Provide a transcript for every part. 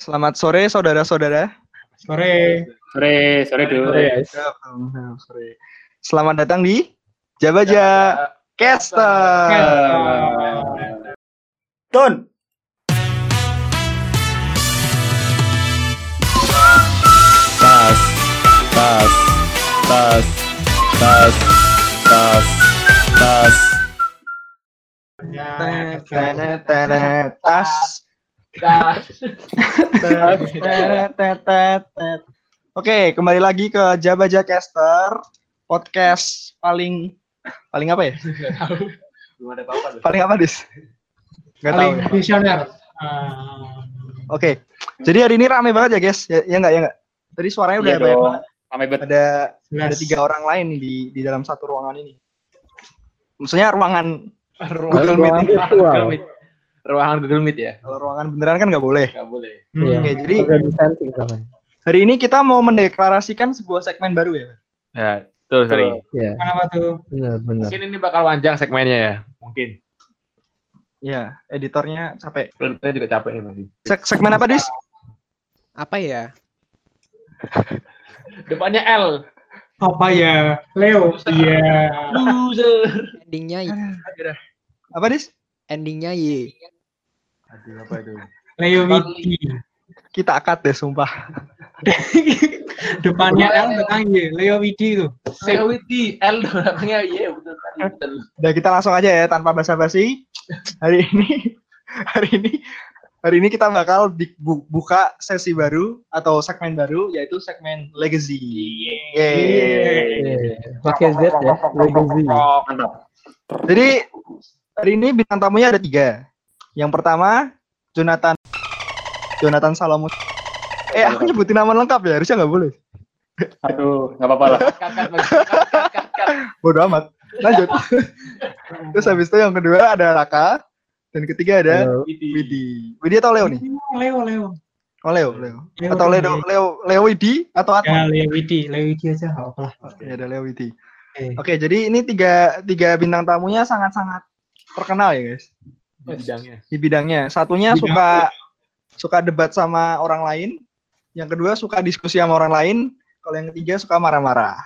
Selamat sore saudara-saudara. Sore dulu. Sore. Selamat datang di Jabaja Caster. Ton. Oke, kembali lagi ke Jabaja Caster, podcast paling apa ya? Paling apa, Dis? Nggak tahu. Paling visioner. Oke, jadi hari ini rame banget ya, guys. Ya nggak? Tadi suaranya udah banyak banget. Rame banget. Ada 3 orang lain nih di dalam satu ruangan ini. Maksudnya ruangan Google Meet. Ruangan Google Meet ya. Kalau ruangan beneran kan nggak boleh. Iya. Oke, jadi hari ini kita mau mendeklarasikan sebuah segmen baru ya. Ya, betul sekali. Iya, Kenapa tuh? benar. Mungkin ini bakal panjang segmennya ya. Mungkin. Ya, editornya capek. Saya juga capek nih masih. Segmen apa, Dis? Apa ya? Depannya L. Apa ya? Leo. Iya. Endingnya Y. Apa, Dis? Endingnya Y. Aduh, apa itu? Leo Widi. Kita akad deh, sumpah. Depannya L, belakang Y. Leo Widi itu. Sewiti L belakangnya Y, betul. Udah, kita langsung aja ya tanpa basa-basi. Hari ini kita bakal buka sesi baru atau segmen baru, yaitu segmen Legacy. Pakai Z ya, Legacy. Mantap. Jadi hari ini bintang tamunya ada 3. Yang pertama Jonathan Salomo. Aku nyebutin nama lengkap ya, harusnya nggak boleh. Aduh, nggak apa-apa lah. Bodoh amat. Lanjut. Terus habis itu yang kedua ada Raka, dan ketiga ada Widi. Widi atau Leo nih? Leo. Oh, Leo. Atau Leo Widi atau Ya, Atma? Leo Widi aja nggak apa-apa lah. Oke, ada Leo Widi. Oke. Oke, jadi ini tiga bintang tamunya sangat-sangat terkenal ya, guys. Di bidangnya. Satunya suka debat sama orang lain. Yang kedua suka diskusi sama orang lain. Kalau yang ketiga suka marah-marah.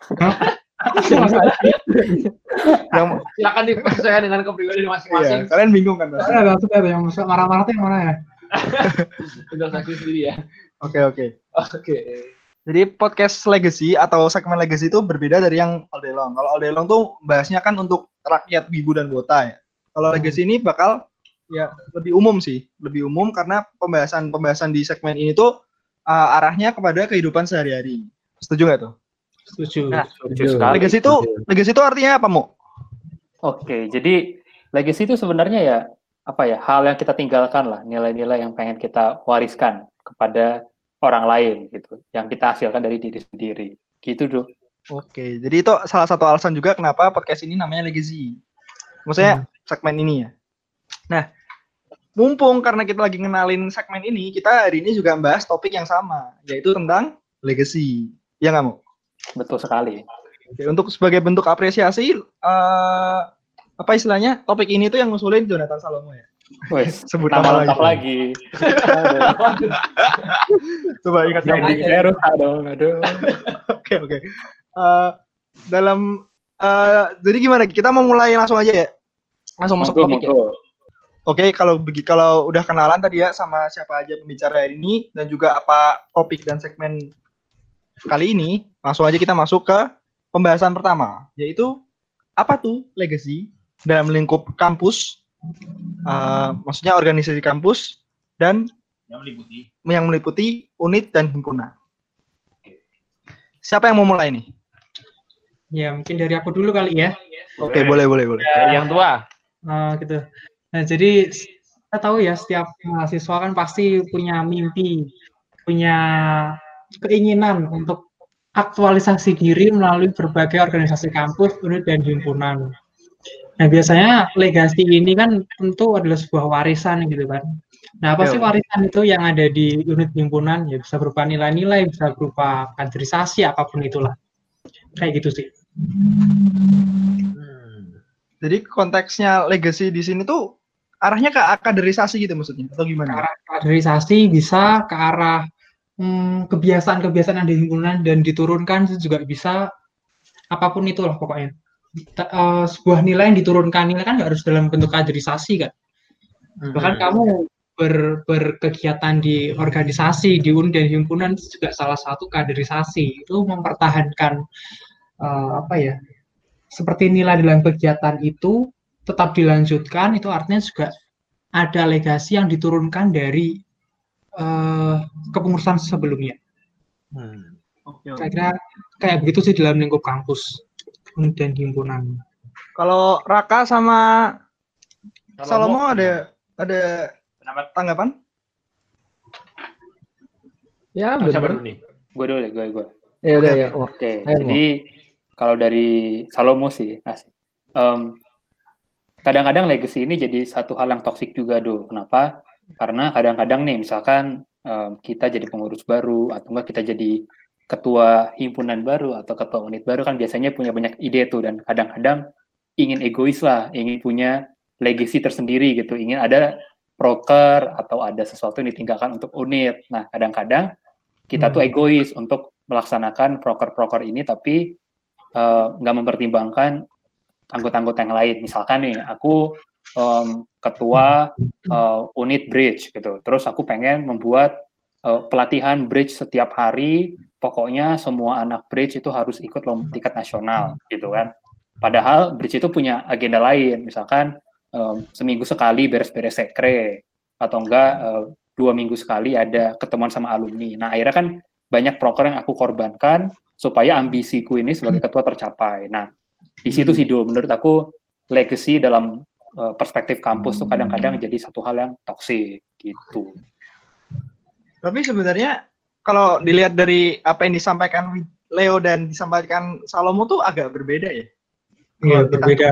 Silakan dipercaya dengan kepribadian masing-masing. Iya, kalian bingung kan? Ada yang marah-marah tuh yang mana ya? Tinggal saksi sendiri ya. Oke. Oke. Jadi podcast Legacy atau segmen Legacy itu berbeda dari yang All Day Long. Kalau All Day Long tuh bahasnya kan untuk rakyat wibu dan wota ya. Kalau Legacy ini bakal ya lebih umum sih, lebih umum karena pembahasan di segmen ini tuh arahnya kepada kehidupan sehari-hari. Setuju nggak tuh? Setuju. Nah, setuju sekali. Legacy itu artinya apa, Mo? Oke, jadi legacy itu sebenarnya ya hal yang kita tinggalkan lah, nilai-nilai yang pengen kita wariskan kepada orang lain gitu, yang kita hasilkan dari diri sendiri, gitu Dok. Oke, jadi itu salah satu alasan juga kenapa podcast ini namanya Legacy. Maksudnya segmen ini ya. Nah, mumpung karena kita lagi ngenalin segmen ini, kita hari ini juga bahas topik yang sama, yaitu tentang legacy. Ya nggak, Mo? Betul sekali. Oke, untuk sebagai bentuk apresiasi, apa istilahnya, topik ini tuh yang ngusulin Jonathan Salomo ya. Wes, Sebut nama nama lengkap lagi. Coba ingat Aduh. Oke. Jadi gimana? Kita mau mulai langsung aja ya. Langsung masuk topik ya. Oke, kalau udah kenalan tadi ya sama siapa aja pembicara hari ini dan juga apa topik dan segmen kali ini, langsung aja kita masuk ke pembahasan pertama, yaitu apa tuh legacy dalam lingkup kampus, maksudnya organisasi kampus dan yang meliputi unit dan himpunan. Siapa yang mau mulai nih? Ya, mungkin dari aku dulu kali ya. Oke, boleh. Dari yang tua. Gitu. Nah, jadi kita tahu ya setiap mahasiswa kan pasti punya mimpi, punya keinginan untuk aktualisasi diri melalui berbagai organisasi kampus, unit, dan himpunan. Nah, biasanya legasi ini kan tentu adalah sebuah warisan gitu kan. Nah, apa sih warisan itu yang ada di unit himpunan? Ya bisa berupa nilai-nilai, bisa berupa kaderisasi, apapun itulah. Kayak gitu sih. Jadi konteksnya legacy di sini tuh arahnya ke kaderisasi gitu maksudnya atau Ke gimana? arah kaderisasi, bisa ke arah kebiasaan-kebiasaan yang di himpunan dan diturunkan itu juga bisa, apapun itulah pokoknya. Sebuah nilai yang diturunkan, nilai kan nggak harus dalam bentuk kaderisasi kan. Bahkan kamu berkegiatan di organisasi, di unit dan himpunan itu juga salah satu kaderisasi. Itu mempertahankan seperti nilai dalam kegiatan itu tetap dilanjutkan, itu artinya juga ada legasi yang diturunkan dari kepengurusan sebelumnya. Kira-kira kayak begitu sih dalam lingkup kampus dan himpunan. Kalau Raka sama Salomo ada tanggapan? Ya, Siapa benar. dulu nih? Gue dulu deh, gue. Ya udah ya. Oke, Ayo, jadi kalau dari Salomo sih, kadang-kadang legacy ini jadi satu hal yang toksik juga, Kenapa? Karena kadang-kadang nih, misalkan kita jadi pengurus baru, atau enggak kita jadi ketua himpunan baru, atau ketua unit baru, kan biasanya punya banyak ide tuh, dan kadang-kadang ingin egois lah, ingin punya legacy tersendiri gitu, ingin ada proker, atau ada sesuatu yang ditinggalkan untuk unit. Nah, kadang-kadang kita tuh egois untuk melaksanakan proker-proker ini, tapi nggak mempertimbangkan anggota-anggota yang lain. Misalkan nih, aku ketua unit bridge gitu. Terus aku pengen membuat pelatihan bridge setiap hari. Pokoknya semua anak bridge itu harus ikut lomba tingkat nasional gitu kan. Padahal bridge itu punya agenda lain. Misalkan seminggu sekali beres-beres sekre, atau enggak 2 minggu sekali ada ketemuan sama alumni. Nah, akhirnya kan banyak proker yang aku korbankan supaya ambisiku ini sebagai ketua tercapai. Nah, di situ sih, menurut aku legacy dalam perspektif kampus tuh kadang-kadang jadi satu hal yang toksik gitu. Tapi sebenarnya kalau dilihat dari apa yang disampaikan Leo dan disampaikan Salomo tuh agak berbeda ya. Iya, berbeda.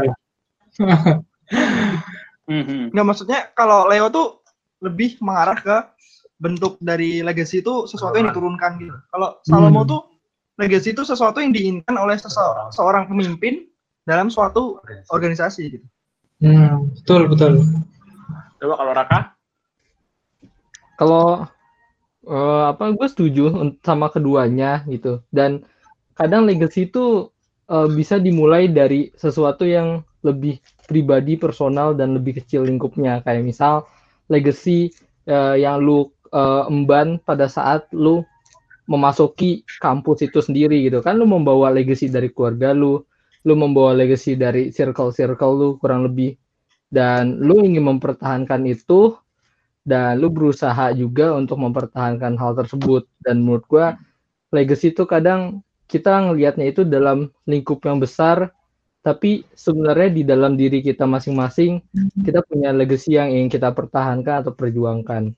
Nggak, maksudnya kalau Leo tuh lebih mengarah ke bentuk dari legacy itu sesuatu yang diturunkan gitu. Kalau Salomo tuh legacy itu sesuatu yang diinginkan oleh seorang pemimpin dalam suatu organisasi gitu. Betul. Coba kalau Raka? Kalau gue setuju sama keduanya gitu. Dan kadang legacy itu bisa dimulai dari sesuatu yang lebih pribadi, personal, dan lebih kecil lingkupnya. Kayak misal legacy yang lu emban pada saat lu memasuki kampus itu sendiri gitu kan. Lu membawa legacy dari keluarga lu membawa legacy dari circle lu kurang lebih, dan lu ingin mempertahankan itu, dan lu berusaha juga untuk mempertahankan hal tersebut. Dan menurut gua legacy itu kadang kita ngelihatnya itu dalam lingkup yang besar, tapi sebenarnya di dalam diri kita masing-masing kita punya legacy yang ingin kita pertahankan atau perjuangkan.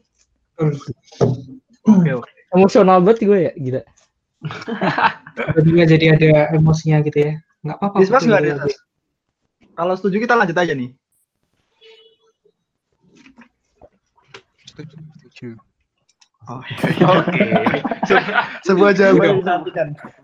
Oke. Emosional banget gue ya, gila. Jadi ada emosinya gitu ya. Nggak apa-apa. Dismas nggak ada. Kalau setuju kita lanjut aja nih. Setuju. Oke. Sebuah jawaban disampaikan.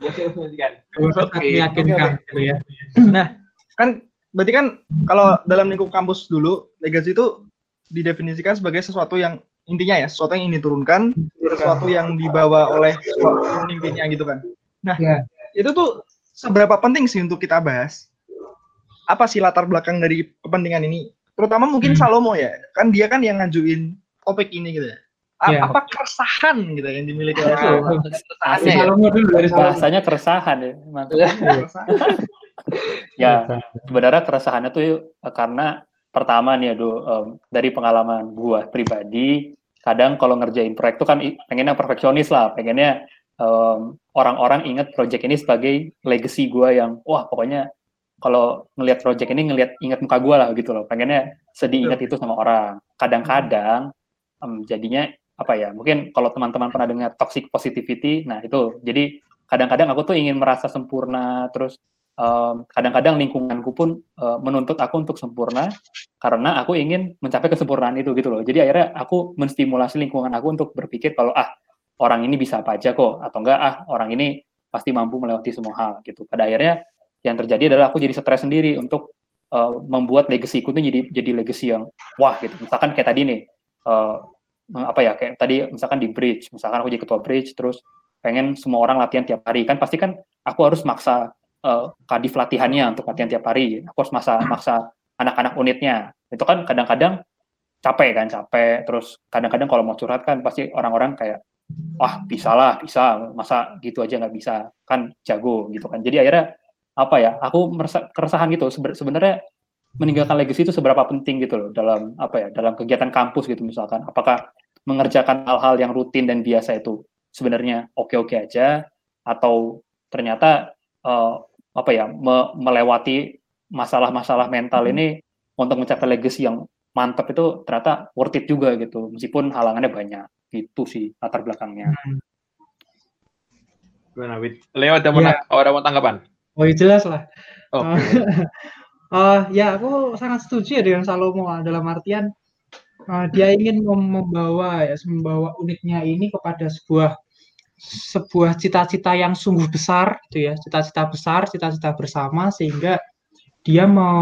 Meyakinkan gitu ya. Nah, kan berarti kan kalau dalam lingkup kampus dulu, legacy itu didefinisikan sebagai sesuatu yang intinya ya, sesuatu yang ingin diturunkan, sesuatu yang dibawa oleh pemimpinnya gitu kan. Nah, itu tuh seberapa penting sih untuk kita bahas? Apa sih latar belakang dari kepentingan ini? Terutama mungkin Salomo ya, kan dia kan yang ngajuin topik ini gitu ya. Apa keresahan gitu yang dimiliki oleh Salomo dulu dari Salomo. Bahasanya keresahan ya, mantap. Ya, sebenarnya keresahannya tuh karena pertama nih dari pengalaman gua pribadi, kadang kalau ngerjain proyek tuh kan pengennya perfeksionis lah, pengennya orang-orang ingat proyek ini sebagai legacy gua yang wah pokoknya kalau ngelihat proyek ini ingat muka gua lah gitu loh, pengennya diingat itu sama orang. Kadang-kadang jadinya apa ya, mungkin kalau teman-teman pernah dengar toxic positivity, nah itu jadi kadang-kadang aku tuh ingin merasa sempurna, terus kadang-kadang lingkunganku pun menuntut aku untuk sempurna karena aku ingin mencapai kesempurnaan itu gitu loh. Jadi akhirnya aku menstimulasi lingkungan aku untuk berpikir kalau orang ini bisa apa aja kok, atau enggak orang ini pasti mampu melewati semua hal gitu. Pada akhirnya yang terjadi adalah aku jadi stres sendiri untuk membuat legacy-ku tuh jadi legacy yang wah gitu. Misalkan kayak tadi nih, kayak tadi misalkan di bridge, misalkan aku jadi ketua bridge, terus pengen semua orang latihan tiap hari, kan pasti kan aku harus maksa kadif latihannya untuk latihan tiap hari, aku harus maksa anak-anak unitnya, itu kan kadang-kadang capek, terus kadang-kadang kalau mau curhat kan pasti orang-orang kayak, wah bisa, masa gitu aja nggak bisa, kan jago gitu kan. Jadi akhirnya aku merasa keresahan gitu, sebenarnya meninggalkan legacy itu seberapa penting gitu loh dalam dalam kegiatan kampus gitu misalkan, apakah mengerjakan hal-hal yang rutin dan biasa itu sebenarnya oke-oke aja, atau ternyata melewati masalah-masalah mental ini untuk mencapai legacy yang mantap itu ternyata worth it juga gitu, meskipun halangannya banyak. Itu sih latar belakangnya. Gimana, Wid? Leo ada mau tanggapan? Oh, jelas lah. Okay. Ya, aku sangat setuju ya dengan Salomo dalam artian dia ingin membawa unitnya ini kepada sebuah cita-cita yang sungguh besar gitu ya, cita-cita besar, cita-cita bersama, sehingga dia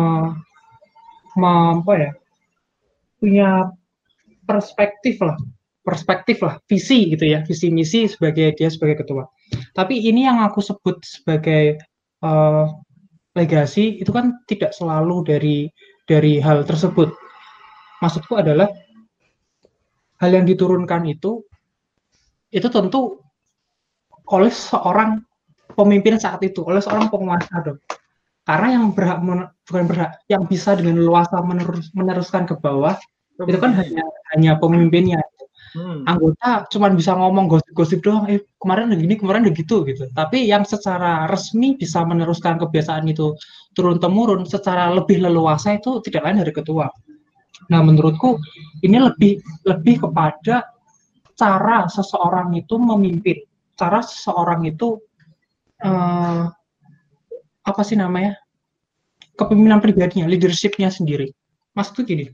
punya perspektif lah, visi gitu ya, visi misi sebagai ketua. Tapi ini yang aku sebut sebagai legasi itu kan tidak selalu dari hal tersebut. Maksudku adalah hal yang diturunkan itu tentu oleh seorang pemimpin saat itu, oleh seorang penguasa dong. Karena yang bisa dengan leluasa meneruskan ke bawah itu kan hanya pemimpinnya. Anggota cuma bisa ngomong gosip-gosip doang, kemarin udah gini, kemarin udah gitu. Tapi yang secara resmi bisa meneruskan kebiasaan itu turun-temurun secara lebih leluasa itu tidak lain dari ketua. Nah, menurutku ini lebih kepada cara seseorang itu memimpin, cara seseorang itu kepemimpinan pribadinya, leadership-nya sendiri. Maksudku gini,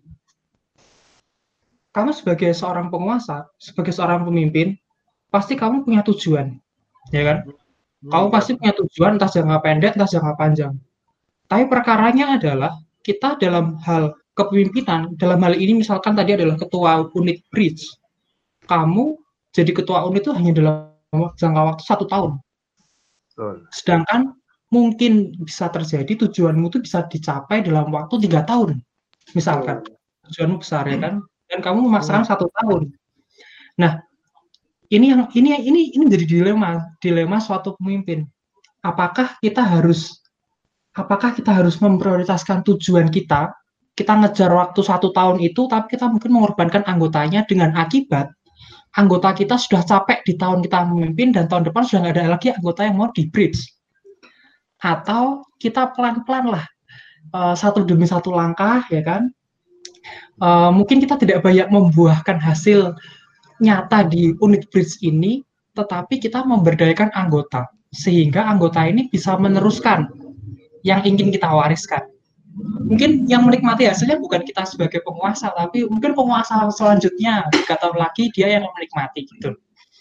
kamu sebagai seorang penguasa, sebagai seorang pemimpin, pasti kamu punya tujuan, ya kan? Kamu pasti punya tujuan, entah jangka pendek, entah jangka panjang. Tapi perkaranya adalah, kita dalam hal kepemimpinan, dalam hal ini misalkan tadi adalah ketua unit bridge, kamu jadi ketua unit itu hanya dalam jangka waktu 1 tahun. Sedangkan mungkin bisa terjadi tujuanmu itu bisa dicapai dalam waktu 3 tahun. Misalkan, tujuanmu besar, ya kan? Dan kamu memaksakan 1 tahun. Nah, ini jadi dilema suatu pemimpin. Apakah kita harus memprioritaskan tujuan kita ngejar waktu 1 tahun itu, tapi kita mungkin mengorbankan anggotanya, dengan akibat anggota kita sudah capek di tahun kita memimpin, dan tahun depan sudah nggak ada lagi anggota yang mau di bridge. Atau kita pelan-pelan lah, satu demi satu langkah, ya kan? Mungkin kita tidak banyak membuahkan hasil nyata di unit bridge ini, tetapi kita memberdayakan anggota, sehingga anggota ini bisa meneruskan yang ingin kita wariskan. Mungkin yang menikmati hasilnya bukan kita sebagai penguasa, tapi mungkin penguasa selanjutnya 3 tahun lagi dia yang menikmati gitu.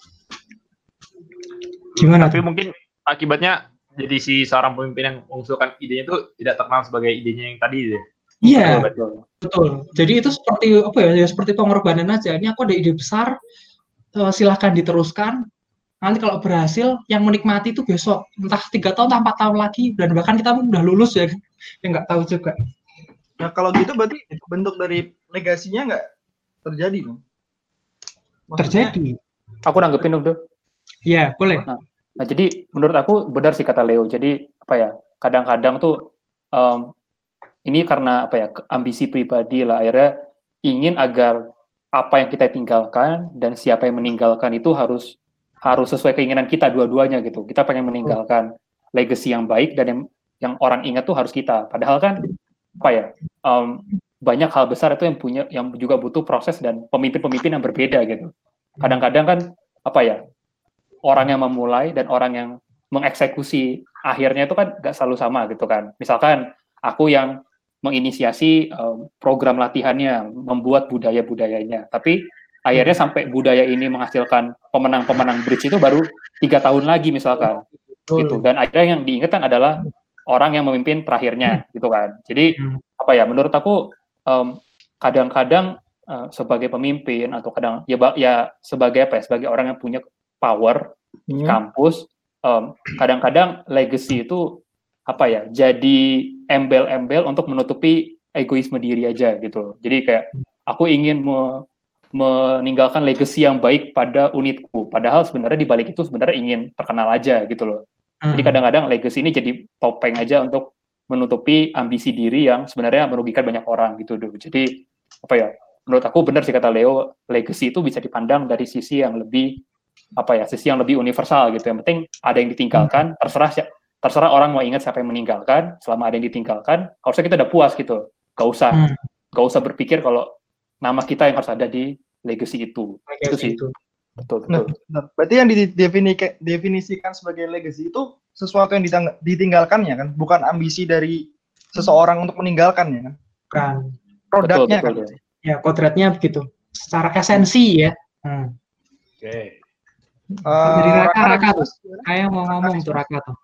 Gimana? Tapi mungkin akibatnya jadi si seorang pemimpin yang mengusulkan idenya itu tidak terkenal sebagai idenya yang tadi deh. Iya, betul. Jadi itu seperti seperti pengorbanan aja. Ini aku ada ide besar, silahkan diteruskan. Nanti kalau berhasil, yang menikmati itu besok, entah 3 tahun, entah 4 tahun lagi, dan bahkan kita udah lulus ya nggak tahu juga. Nah, kalau gitu berarti bentuk dari legasinya nggak terjadi dong? Terjadi. Aku nanggepin dong, tuh. Iya, boleh. Nah, jadi menurut aku benar sih kata Leo. Jadi kadang-kadang tuh ini karena ambisi pribadi lah, akhirnya ingin agar apa yang kita tinggalkan dan siapa yang meninggalkan itu harus sesuai keinginan kita dua-duanya gitu. Kita pengen meninggalkan legacy yang baik, dan yang orang ingat tuh harus kita. Padahal kan banyak hal besar itu yang juga butuh proses dan pemimpin-pemimpin yang berbeda gitu. Kadang-kadang kan orang yang memulai dan orang yang mengeksekusi akhirnya itu kan nggak selalu sama gitu kan. Misalkan aku yang menginisiasi program latihannya, membuat budaya-budayanya, tapi akhirnya sampai budaya ini menghasilkan pemenang-pemenang bridge itu baru 3 tahun lagi misalkan, gitu. Dan akhirnya yang diingatkan adalah orang yang memimpin terakhirnya gitu kan. Jadi apa ya, menurut aku kadang-kadang sebagai pemimpin atau kadang ya sebagai apa ya, sebagai orang yang punya power di kampus, kadang-kadang legacy itu apa ya, jadi embel-embel untuk menutupi egoisme diri aja gitu. Jadi kayak aku ingin meninggalkan legacy yang baik pada unitku, padahal sebenarnya di balik itu sebenarnya ingin terkenal aja gitu loh. Jadi kadang-kadang legacy ini jadi topeng aja untuk menutupi ambisi diri yang sebenarnya merugikan banyak orang gitu. Jadi apa ya, menurut aku benar sih kata Leo, legacy itu bisa dipandang dari sisi yang lebih apa ya, sisi yang lebih universal gitu. Yang penting ada yang ditinggalkan, terserah orang mau ingat siapa yang meninggalkan, selama ada yang ditinggalkan, harusnya kita udah puas gitu. Gak usah berpikir kalau nama kita yang harus ada di legacy itu. Itu sih. Betul. Nah, berarti yang didefinisikan sebagai legacy itu sesuatu yang ditinggalkannya kan, bukan ambisi dari seseorang untuk meninggalkannya kan. Kan. Produknya kan. Ya, kodratnya begitu. Secara esensi ya. Oke. Dari Raka tuh. Kayak mau ngomong tuh Raka tuh.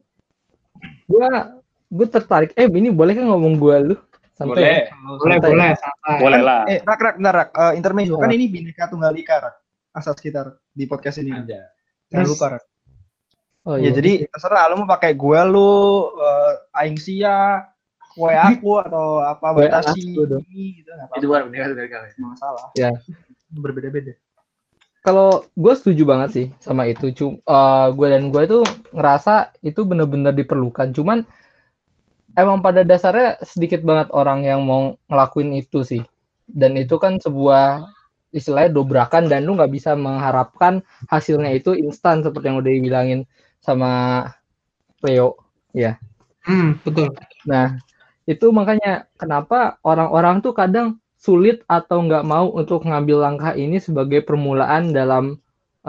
Gue tertarik. Ini boleh kan ngomong gue lu? Santai. Boleh. Boleh lah. Rak, intermezzo kan ini Bhinneka Tunggal Ika, Rak. Asas kita di podcast ini. Jangan lupa, Rak. Oh, ya, jadi terserah lu mau pakai gue lu, aing sia, kue aku atau apa batasi ini gitu, enggak apa-apa. Itu bukan Bhinneka Tunggal Ika. Masalah. Ya. Berbeda-beda. Kalau gue setuju banget sih sama itu. Gue itu ngerasa itu benar-benar diperlukan. Cuman emang pada dasarnya sedikit banget orang yang mau ngelakuin itu sih. Dan itu kan sebuah istilahnya dobrakan dan lu nggak bisa mengharapkan hasilnya itu instan seperti yang udah dibilangin sama Leo. Ya. Betul. Nah, itu makanya kenapa orang-orang tuh kadang sulit atau nggak mau untuk ngambil langkah ini sebagai permulaan dalam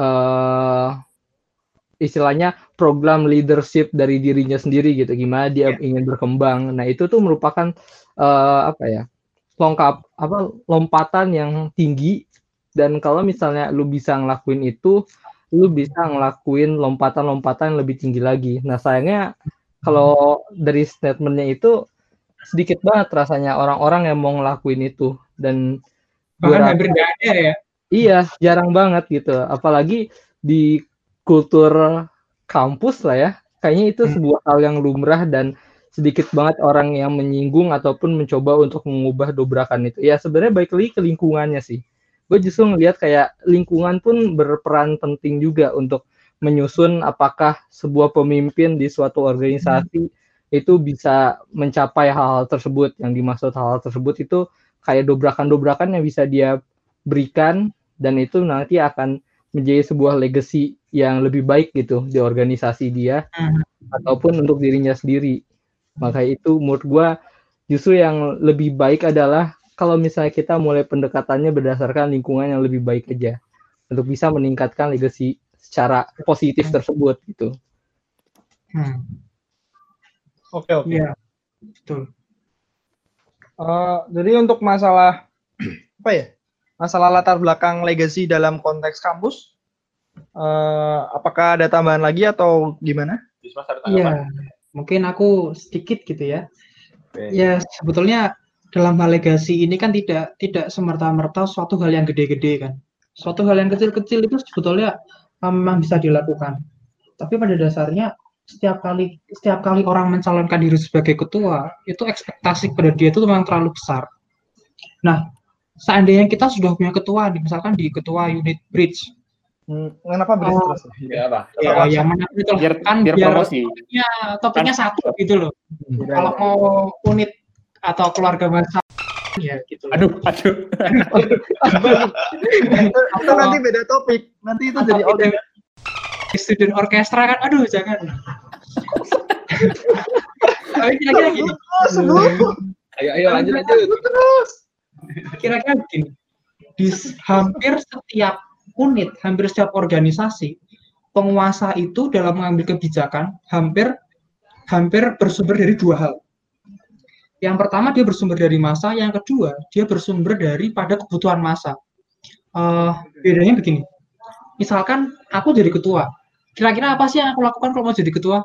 istilahnya program leadership dari dirinya sendiri gitu, gimana dia ingin berkembang. Nah itu tuh merupakan lompatan yang tinggi, dan kalau misalnya lu bisa ngelakuin itu, lu bisa ngelakuin lompatan-lompatan yang lebih tinggi lagi. Nah sayangnya kalau dari statementnya itu sedikit banget rasanya orang-orang yang mau ngelakuin itu, dan bahkan hampir nggak ada ya. Iya, jarang banget gitu. Apalagi di kultur kampus lah ya. Kayaknya itu sebuah hal yang lumrah dan sedikit banget orang yang menyinggung ataupun mencoba untuk mengubah dobrakan itu. Ya sebenarnya baik lagi ke lingkungannya sih. Gue justru ngelihat kayak lingkungan pun berperan penting juga untuk menyusun apakah sebuah pemimpin di suatu organisasi itu bisa mencapai hal-hal tersebut. Yang dimaksud hal-hal tersebut itu kayak dobrakan-dobrakan yang bisa dia berikan, dan itu nanti akan menjadi sebuah legacy yang lebih baik gitu di organisasi dia ataupun untuk dirinya sendiri. Maka itu menurut gue justru yang lebih baik adalah kalau misalnya kita mulai pendekatannya berdasarkan lingkungan yang lebih baik aja untuk bisa meningkatkan legacy secara positif tersebut gitu. Oke. Iya, betul. Jadi untuk masalah masalah latar belakang legacy dalam konteks kampus, apakah ada tambahan lagi atau gimana? Iya, mungkin aku sedikit gitu ya. Ya sebetulnya dalam hal legacy ini kan tidak semerta-merta suatu hal yang gede-gede kan. Suatu hal yang kecil-kecil itu sebetulnya memang bisa dilakukan. Tapi pada dasarnya setiap kali orang mencalonkan diri sebagai ketua, itu ekspektasi pada dia itu memang terlalu besar. Nah, seandainya kita sudah punya ketua, misalkan di ketua unit bridge. Kenapa bridge terus? Yang mana itu kan biar topiknya satu gitu loh. Kalau mau unit atau keluarga bangsa ya gitu. Aduh. Itu nanti beda topik. Nanti itu jadi audio. Student orkestra kan, aduh jangan. Tapi kira-kira gini. Ayo lanjut. Terus. Kira-kira gini. Di hampir setiap unit, hampir setiap organisasi, penguasa itu dalam mengambil kebijakan hampir bersumber dari dua hal. Yang pertama dia bersumber dari massa, yang kedua dia bersumber daripada kebutuhan massa. Bedanya begini. Misalkan aku jadi ketua, kira-kira apa sih yang aku lakukan kalau mau jadi ketua?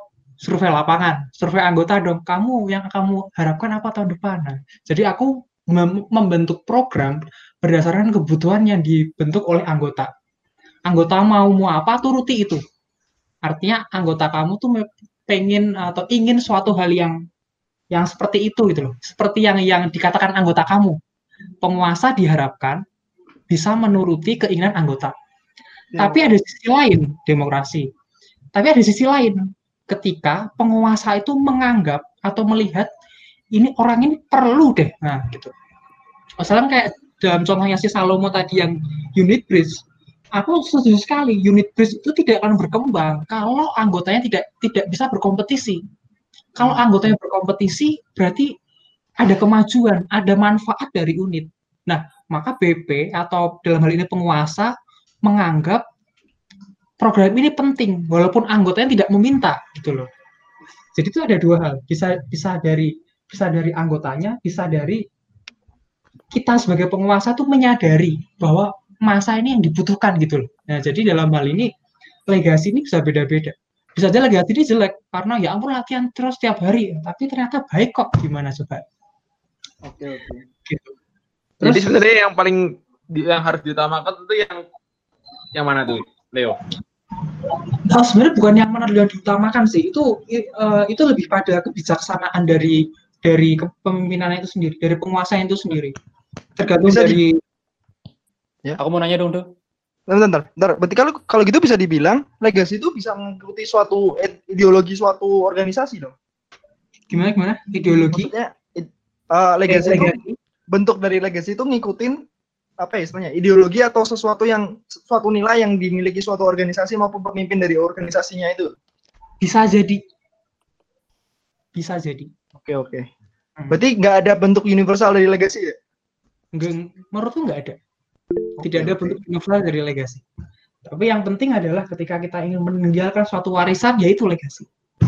survei lapangan, survei anggota dong. Kamu yang kamu harapkan apa tahun depan? Nah, jadi aku membentuk program berdasarkan kebutuhan yang dibentuk oleh anggota. Anggota mau apa, turuti itu. Artinya anggota kamu tuh pengen atau ingin suatu hal yang seperti itu gitu loh. Seperti yang dikatakan anggota kamu. Penguasa diharapkan bisa menuruti keinginan anggota. Tapi ada sisi lain demokrasi. Tapi ada sisi lain ketika penguasa itu menganggap atau melihat ini orang ini perlu deh. Nah, gitu. Misalnya kayak dalam contohnya si Salomo tadi yang unit bridge, aku setuju sekali unit bridge itu tidak akan berkembang kalau anggotanya tidak bisa berkompetisi. Kalau anggotanya berkompetisi, berarti ada kemajuan, ada manfaat dari unit. Nah, maka BP atau dalam hal ini penguasa menganggap program ini penting, walaupun anggotanya tidak meminta, gitu loh. Jadi itu ada dua hal, bisa dari anggotanya, bisa dari kita sebagai penguasa tuh menyadari bahwa masa ini yang dibutuhkan gitu loh. Nah, jadi dalam hal ini legasi ini bisa beda-beda. Bisa aja legasi ini jelek karena ya ampun latihan terus tiap hari, tapi ternyata baik kok, gimana coba? Oke. Gitu. Jadi sebenarnya yang harus diutamakan itu yang mana tuh, Leo? Nah, sebenarnya bukan yang mana yang diutamakan sih, itu lebih pada kebijaksanaan dari kepemimpinan itu sendiri, dari penguasa itu sendiri. Tergantung Bisa dari Ya. Aku mau nanya dong, tuh. Bentar. Berarti kalau gitu bisa dibilang legasi itu bisa mengikuti suatu ideologi suatu organisasi dong. Gimana? Ideologi? Maksudnya legasi itu bentuk dari legasi itu ngikutin apa ya istilahnya, ideologi atau suatu nilai yang dimiliki suatu organisasi maupun pemimpin dari organisasinya itu. Bisa jadi. Oke. Berarti nggak ada bentuk universal dari legasi ya? Menurutku nggak ada. Tidak ada bentuk universal dari legasi. Tapi yang penting adalah ketika kita ingin meninggalkan suatu warisan, yaitu legasi.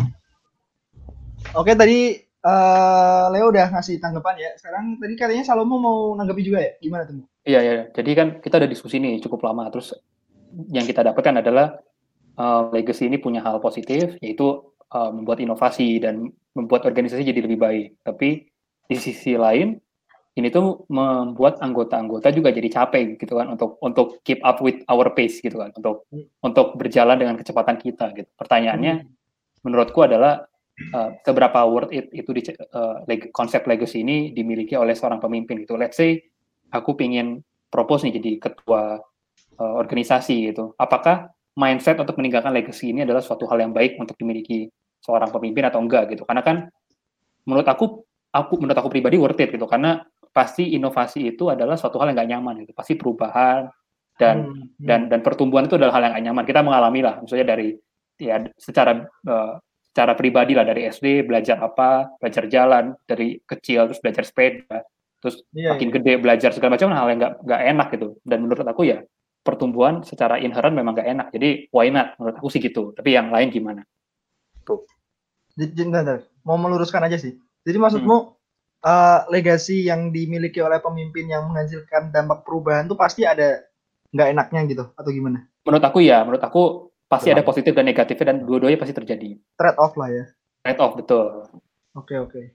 Oke, tadi Leo udah ngasih tanggapan ya. Sekarang tadi katanya Salomo mau nanggapi juga ya? Gimana tuh? Iya. Jadi kan kita ada diskusi nih cukup lama. Terus yang kita dapatkan adalah legacy ini punya hal positif, yaitu membuat inovasi dan membuat organisasi jadi lebih baik. Tapi di sisi lain, ini tuh membuat anggota-anggota juga jadi capek gitu kan untuk keep up with our pace gitu kan, untuk berjalan dengan kecepatan kita gitu. Pertanyaannya menurutku adalah seberapa worth it itu konsep legacy ini dimiliki oleh seorang pemimpin gitu. Let's say aku pingin propose nih jadi ketua organisasi gitu. Apakah mindset untuk meninggalkan legacy ini adalah suatu hal yang baik untuk dimiliki seorang pemimpin atau enggak gitu? Karena kan menurut aku pribadi worth it gitu, karena pasti inovasi itu adalah suatu hal yang nggak nyaman gitu. Pasti perubahan dan pertumbuhan itu adalah hal yang nggak nyaman. Kita mengalami lah, misalnya dari ya secara pribadi lah, dari SD belajar jalan dari kecil, terus belajar sepeda, terus makin gede belajar segala macam, hal yang nggak enak gitu. Dan menurut aku ya pertumbuhan secara inherent memang nggak enak. Jadi why not? Menurut aku sih gitu. Tapi yang lain gimana? Tuh. Mau meluruskan aja sih. Jadi maksudmu legasi yang dimiliki oleh pemimpin yang menghasilkan dampak perubahan itu pasti ada nggak enaknya gitu atau gimana? Menurut aku pasti ada positif dan negatifnya, dan dua-duanya pasti terjadi. Trade off lah ya. Trade off, betul. Oke.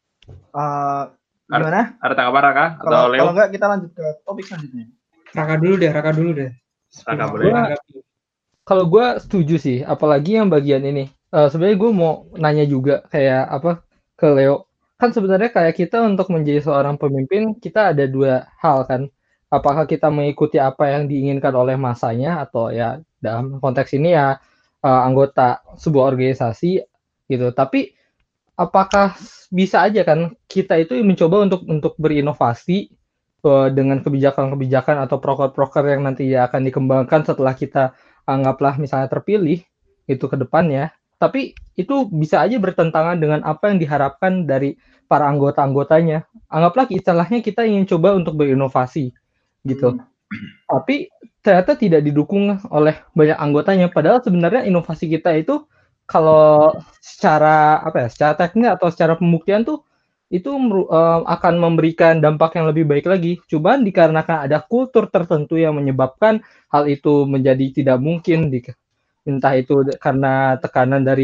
Gimana? Ada tanggapan Raka? Kalau nggak kita lanjut ke topik selanjutnya. Raka dulu deh. Raka boleh. Kalau gue setuju sih, apalagi yang bagian ini. Sebenarnya gue mau nanya juga kayak ke Leo. Kan sebenarnya kayak kita untuk menjadi seorang pemimpin, kita ada dua hal kan. Apakah kita mengikuti apa yang diinginkan oleh masanya, atau ya dalam konteks ini ya anggota sebuah organisasi gitu. Tapi apakah bisa aja kan kita itu mencoba untuk berinovasi dengan kebijakan-kebijakan atau proker-proker yang nanti ya akan dikembangkan setelah kita anggaplah misalnya terpilih itu ke depannya. Tapi itu bisa aja bertentangan dengan apa yang diharapkan dari para anggota-anggotanya. Anggaplah istilahnya kita ingin coba untuk berinovasi gitu. Tapi ternyata tidak didukung oleh banyak anggotanya. Padahal sebenarnya inovasi kita itu kalau secara teknis atau secara pembuktian tuh itu akan memberikan dampak yang lebih baik lagi. Cuman dikarenakan ada kultur tertentu yang menyebabkan hal itu menjadi tidak mungkin, entah itu karena tekanan dari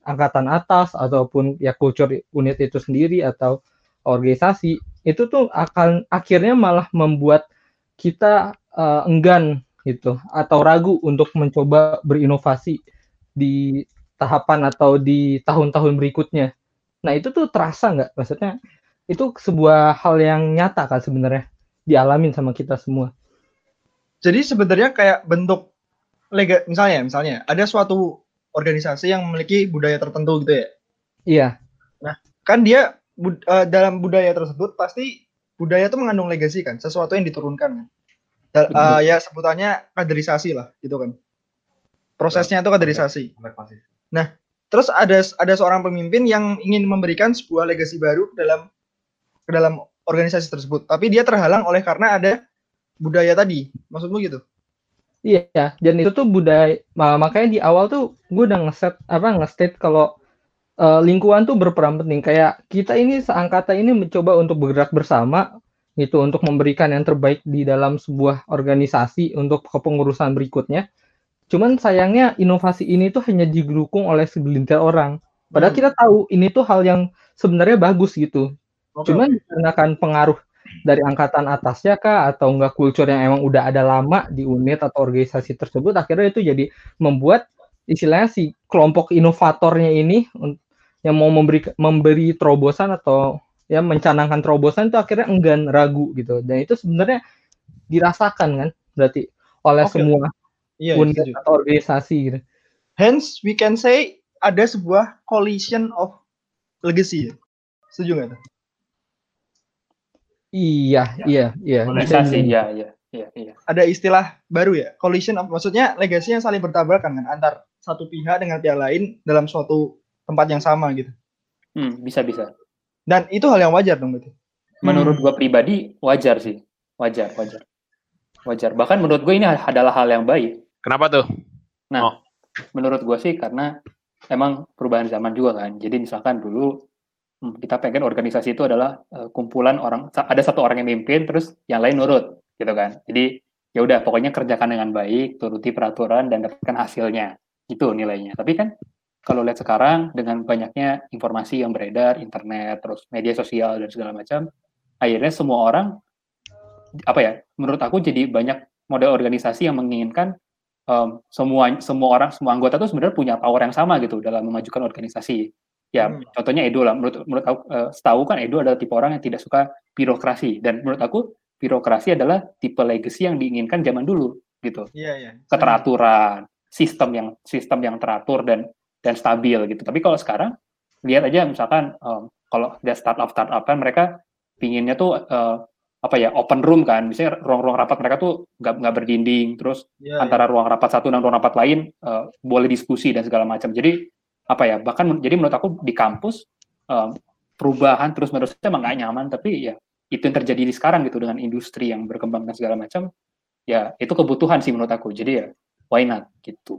angkatan atas ataupun ya kultur unit itu sendiri atau organisasi, itu tuh akan akhirnya malah membuat kita enggan gitu atau ragu untuk mencoba berinovasi di tahapan atau di tahun-tahun berikutnya. Nah itu tuh terasa nggak? Maksudnya itu sebuah hal yang nyata kan sebenarnya dialamin sama kita semua. Jadi sebenarnya kayak bentuk misalnya ada suatu organisasi yang memiliki budaya tertentu gitu ya. Iya. Nah, kan dia dalam budaya tersebut pasti budaya itu mengandung legasi kan, sesuatu yang diturunkan. Ya sebutannya kaderisasi lah gitu kan. Prosesnya itu kaderisasi. Nah, terus ada seorang pemimpin yang ingin memberikan sebuah legasi baru ke dalam organisasi tersebut, tapi dia terhalang oleh karena ada budaya tadi. Maksudmu gitu? Iya, dan itu tuh budaya, makanya di awal tuh gue udah nge-state kalau lingkungan tuh berperan penting. Kayak kita ini seangkatan ini mencoba untuk bergerak bersama gitu untuk memberikan yang terbaik di dalam sebuah organisasi untuk kepengurusan berikutnya. Cuman sayangnya inovasi ini tuh hanya didukung oleh segelintir orang. Padahal kita tahu ini tuh hal yang sebenarnya bagus gitu. Cuman dikarenakan pengaruh dari angkatan atasnya kah atau enggak kultur yang emang udah ada lama di unit atau organisasi tersebut, akhirnya itu jadi membuat istilahnya si kelompok inovatornya ini yang mau memberi terobosan atau ya mencanangkan terobosan itu akhirnya enggan, ragu gitu. Dan itu sebenarnya dirasakan kan berarti oleh semua unit atau organisasi gitu. Hence we can say ada sebuah collision of legacy. Setuju nggak tuh? Iya. Organisasi, iya. Ada istilah baru ya, collision of, maksudnya legasi yang saling bertabrakan kan antar satu pihak dengan pihak lain dalam suatu tempat yang sama gitu. Bisa. Dan itu hal yang wajar dong berarti. Menurut gue pribadi wajar sih, wajar. Bahkan menurut gue ini adalah hal yang baik. Kenapa tuh? Nah, menurut gue sih karena emang perubahan zaman juga kan. Jadi misalkan dulu kita pengen organisasi itu adalah kumpulan orang, ada satu orang yang mimpin, terus yang lain nurut, gitu kan. Jadi ya udah, pokoknya kerjakan dengan baik, turuti peraturan dan dapatkan hasilnya, itu nilainya. Tapi kan kalau lihat sekarang dengan banyaknya informasi yang beredar, internet, terus media sosial dan segala macam, akhirnya semua orang menurut aku jadi banyak model organisasi yang menginginkan semua anggota itu sebenarnya punya power yang sama gitu dalam memajukan organisasi. Ya, contohnya Edo lah. Menurut aku, setahu kan Edo adalah tipe orang yang tidak suka birokrasi, dan menurut aku birokrasi adalah tipe legacy yang diinginkan zaman dulu gitu. Iya. Keteraturan, sistem yang teratur dan stabil gitu. Tapi kalau sekarang lihat aja misalkan kalau ada startup kan mereka pinginnya tuh open room kan, misalnya ruang-ruang rapat mereka tuh nggak berdinding, terus antara ruang rapat satu dan ruang rapat lain boleh diskusi dan segala macam. Jadi bahkan jadi menurut aku di kampus perubahan terus-menerus emang nggak nyaman, tapi ya itu yang terjadi di sekarang gitu dengan industri yang berkembang dan segala macam. Ya itu kebutuhan sih menurut aku. Jadi ya why not gitu.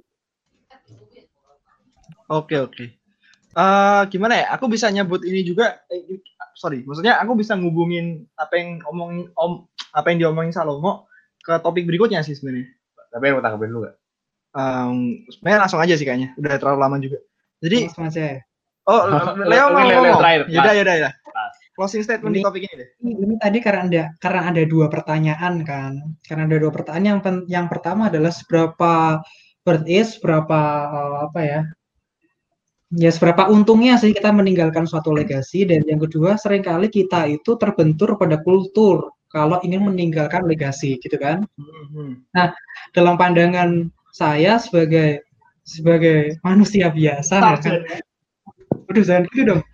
Oke. Gimana ya? Aku bisa nyebut ini juga. Maksudnya aku bisa ngubungin apa yang diomongin Salomo ke topik berikutnya sih sebenarnya. Tapi mau tanggapin dulu nggak? Sebenarnya langsung aja sih kayaknya. Udah terlalu lama juga. Jadi. Langsung aja. Leo mau ngomong. Yaudah. Closing statement Ini, di topik ini deh. Ini tadi karena ada dua pertanyaan kan. Karena ada dua pertanyaan. Yang pertama adalah seberapa seberapa untungnya sih kita meninggalkan suatu legasi, dan yang kedua seringkali kita itu terbentur pada kultur kalau ingin meninggalkan legasi gitu kan. Nah, dalam pandangan saya sebagai manusia biasa kan. Udah jangan gitu dong.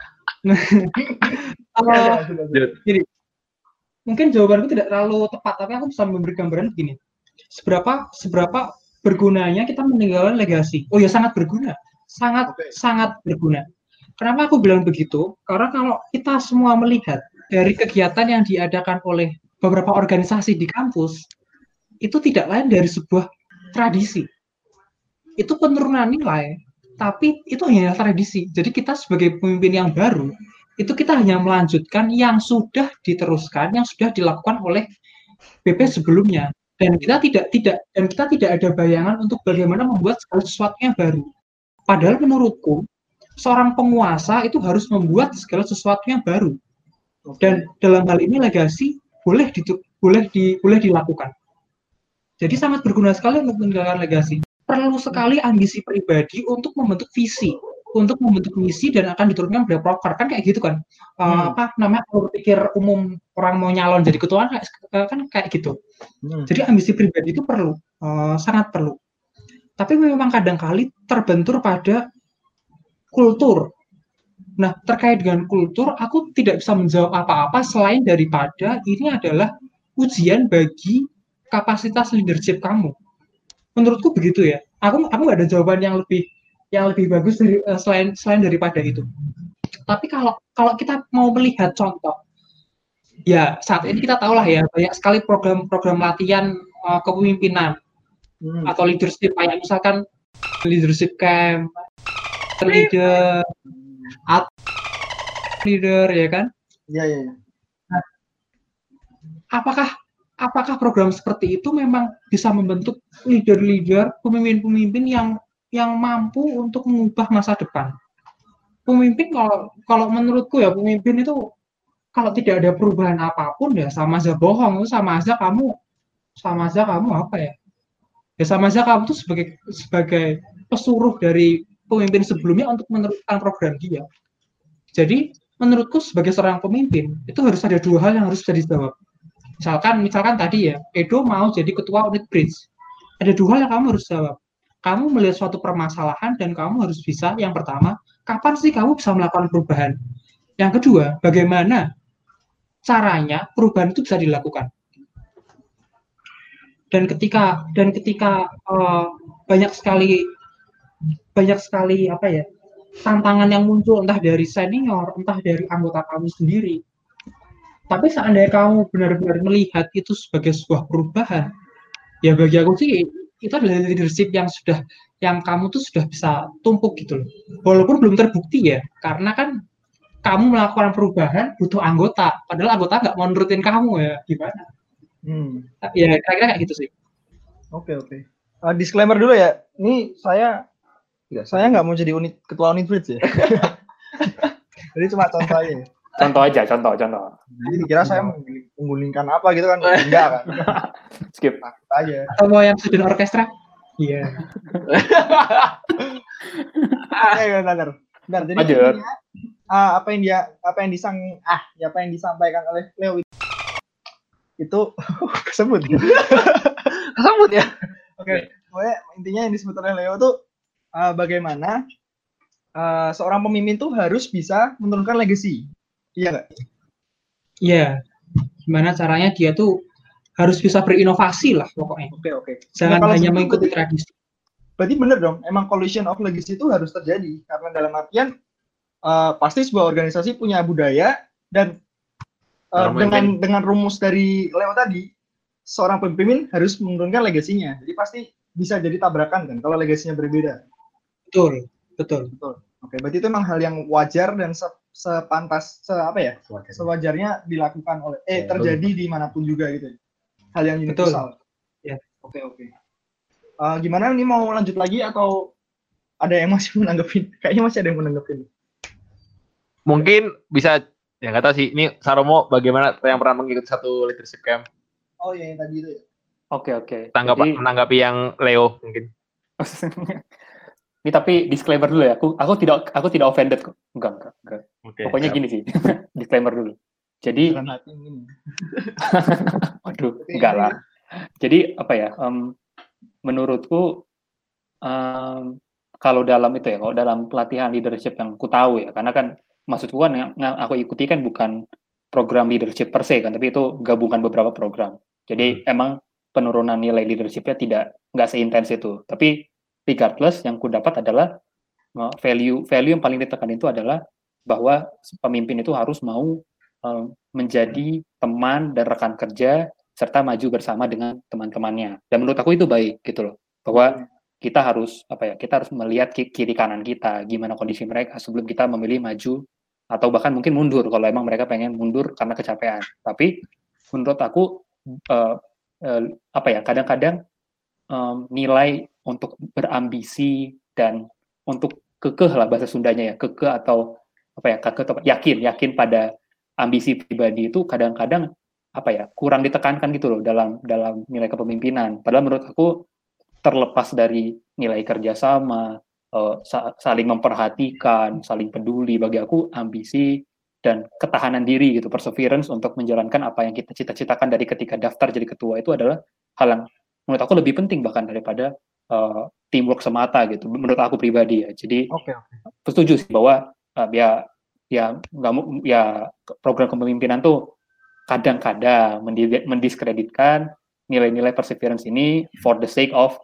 Jadi mungkin jawabanku tidak terlalu tepat, tapi aku bisa memberi gambaran begini. Seberapa bergunanya kita meninggalkan legasi? Oh ya, sangat berguna. Sangat berguna. Kenapa aku bilang begitu? Karena kalau kita semua melihat dari kegiatan yang diadakan oleh beberapa organisasi di kampus, itu tidak lain dari sebuah tradisi. Itu penurunan nilai, tapi itu hanya tradisi. Jadi kita sebagai pemimpin yang baru, itu kita hanya melanjutkan yang sudah diteruskan, yang sudah dilakukan oleh BP sebelumnya. Dan kita tidak ada bayangan untuk bagaimana membuat sesuatu yang baru. Padahal menurutku seorang penguasa itu harus membuat segala sesuatu yang baru. Dan dalam hal ini legasi boleh dilakukan. Jadi sangat berguna sekali untuk meninggalkan legasi. Perlu sekali ambisi pribadi untuk membentuk visi, untuk membentuk misi dan akan diturunkan pada proker, kan kayak gitu kan. Kalau pikir umum orang mau nyalon jadi ketua kan kayak gitu. Jadi ambisi pribadi itu perlu, sangat perlu. Tapi memang kadang-kali terbentur pada kultur. Nah, terkait dengan kultur, aku tidak bisa menjawab apa-apa selain daripada ini adalah ujian bagi kapasitas leadership kamu. Menurutku begitu ya. Aku nggak ada jawaban yang lebih bagus dari selain daripada itu. Tapi kalau kita mau melihat contoh, ya saat ini kita tahu lah ya banyak sekali program latihan kepemimpinan atau leadership, kayak misalkan leadership camp, leader ya kan? Iya. Nah, apakah program seperti itu memang bisa membentuk leader-leader, pemimpin-pemimpin yang mampu untuk mengubah masa depan? Pemimpin kalau menurutku ya, pemimpin itu kalau tidak ada perubahan apapun ya sama aja bohong, sama aja kamu apa ya? Ya sama aja kamu tuh sebagai pesuruh dari pemimpin sebelumnya untuk meneruskan program dia. Jadi menurutku sebagai seorang pemimpin itu harus ada dua hal yang harus bisa dijawab. Misalkan tadi ya, Edo mau jadi ketua unit bridge. Ada dua hal yang kamu harus jawab. Kamu melihat suatu permasalahan dan kamu harus bisa, yang pertama, kapan sih kamu bisa melakukan perubahan? Yang kedua, bagaimana caranya perubahan itu bisa dilakukan? Dan ketika banyak sekali apa ya, tantangan yang muncul entah dari senior, entah dari anggota kamu sendiri. Tapi seandainya kamu benar-benar melihat itu sebagai sebuah perubahan, ya bagi aku sih itu adalah leadership yang kamu tuh sudah bisa tumpuk gitu loh. Walaupun belum terbukti ya, karena kan kamu melakukan perubahan butuh anggota, padahal anggota nggak mau nurutin kamu ya, gimana? Ya kira-kira kayak gitu sih. Oke. Disclaimer dulu ya, ini saya nggak mau jadi ketua unit bridge ya. Jadi cuma contoh aja. Contoh. Jadi dikira saya menggulingkan apa gitu kan? Enggak kan? Skip aja. Atau mau yang student orkestra? Iya. Benar. Jadi intinya, apa yang disampaikan oleh Leo itu kesebut ya. Oke. Pokoknya intinya yang disebut oleh Leo itu bagaimana seorang pemimpin tuh harus bisa menurunkan legacy. Iya nggak? Iya. Gimana caranya dia tuh harus bisa berinovasi lah pokoknya. Oke. Jangan hanya mengikuti tradisi. Berarti benar dong, emang collision of legacy itu harus terjadi. Karena dalam artian pasti sebuah organisasi punya budaya dan dengan rumus dari Leo tadi, seorang pemimpin harus menurunkan legasinya. Jadi pasti bisa jadi tabrakan kan kalau legasinya berbeda. Betul. Oke, berarti itu memang hal yang wajar dan sewajarnya dilakukan oleh terjadi dimanapun juga gitu. Hal yang universal. Ya. Oke. Gimana ini mau lanjut lagi atau ada yang masih menanggapin? Kayaknya masih ada yang menanggapin. Mungkin bisa, ya nggak tahu sih. Ini Saromo bagaimana yang pernah mengikuti satu leadership camp? Oh iya, yang tadi itu ya. Oke. Menanggapi yang Leo mungkin. Ini tapi disclaimer dulu ya. Aku tidak offended kok. Enggak. Okay, Pokoknya gini sih. Disclaimer dulu. Jadi waduh, enggak lah. Jadi apa ya? Menurutku kalau dalam pelatihan leadership yang ku tahu ya, karena kan maksudku kan yang aku ikuti kan bukan program leadership per se kan, tapi itu gabungan beberapa program. Jadi emang penurunan nilai leadershipnya nggak seintens itu. Tapi regardless, yang ku dapat adalah value yang paling ditekan itu adalah bahwa pemimpin itu harus mau menjadi teman dan rekan kerja serta maju bersama dengan teman-temannya. Dan menurut aku itu baik gitu loh. Bahwa kita harus melihat kiri kanan kita, gimana kondisi mereka sebelum kita memilih maju atau bahkan mungkin mundur kalau emang mereka pengen mundur karena kecapean. Tapi menurut aku kadang-kadang nilai untuk berambisi dan untuk kekeh lah bahasa Sundanya ya, kekeh atau apa ya, kekeh atau yakin pada ambisi pribadi itu kadang-kadang apa ya, kurang ditekankan gitu loh dalam nilai kepemimpinan. Padahal menurut aku terlepas dari nilai kerjasama, saling memperhatikan, saling peduli, bagi aku ambisi dan ketahanan diri gitu, perseverance untuk menjalankan apa yang kita cita-citakan dari ketika daftar jadi ketua itu adalah hal yang menurut aku lebih penting bahkan daripada teamwork semata gitu, menurut aku pribadi ya. Jadi setuju sih bahwa program kepemimpinan tuh kadang-kadang mendiskreditkan nilai-nilai perseverance ini for the sake of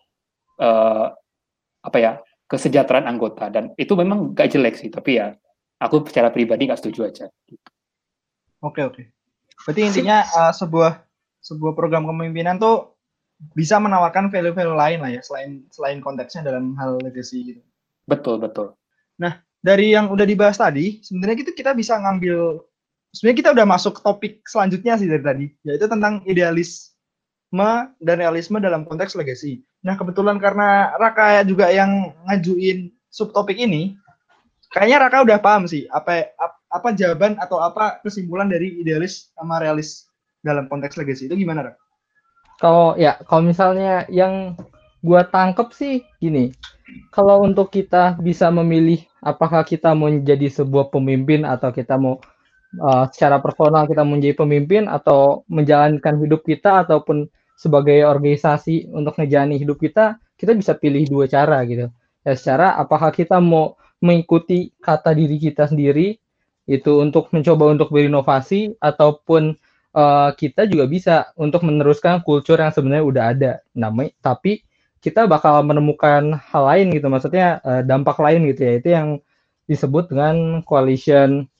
kesejahteraan anggota, dan itu memang gak jelek sih, tapi ya aku secara pribadi gak setuju aja. Oke. Berarti intinya sebuah program kepemimpinan tuh bisa menawarkan value-value lain lah ya, selain konteksnya dalam hal legacy gitu. Betul. Nah, dari yang udah dibahas tadi, sebenarnya kita bisa ngambil, sebenarnya kita udah masuk ke topik selanjutnya sih dari tadi, yaitu tentang idealisme dan realisme dalam konteks legacy. Nah, kebetulan karena Raka juga yang ngajuin subtopik ini, kayaknya Raka udah paham sih apa jawaban atau apa kesimpulan dari idealis sama realis dalam konteks legacy itu gimana, Raka? Kalau misalnya yang gua tangkep sih gini, kalau untuk kita bisa memilih apakah kita mau menjadi sebuah pemimpin atau kita mau secara personal kita menjadi pemimpin atau menjalankan hidup kita ataupun sebagai organisasi untuk ngejalanin hidup kita bisa pilih dua cara gitu. Ya, secara apakah kita mau mengikuti kata diri kita sendiri itu untuk mencoba untuk berinovasi, ataupun kita juga bisa untuk meneruskan culture yang sebenarnya udah ada, tapi kita bakal menemukan hal lain gitu, maksudnya dampak lain gitu ya, itu yang disebut dengan coalition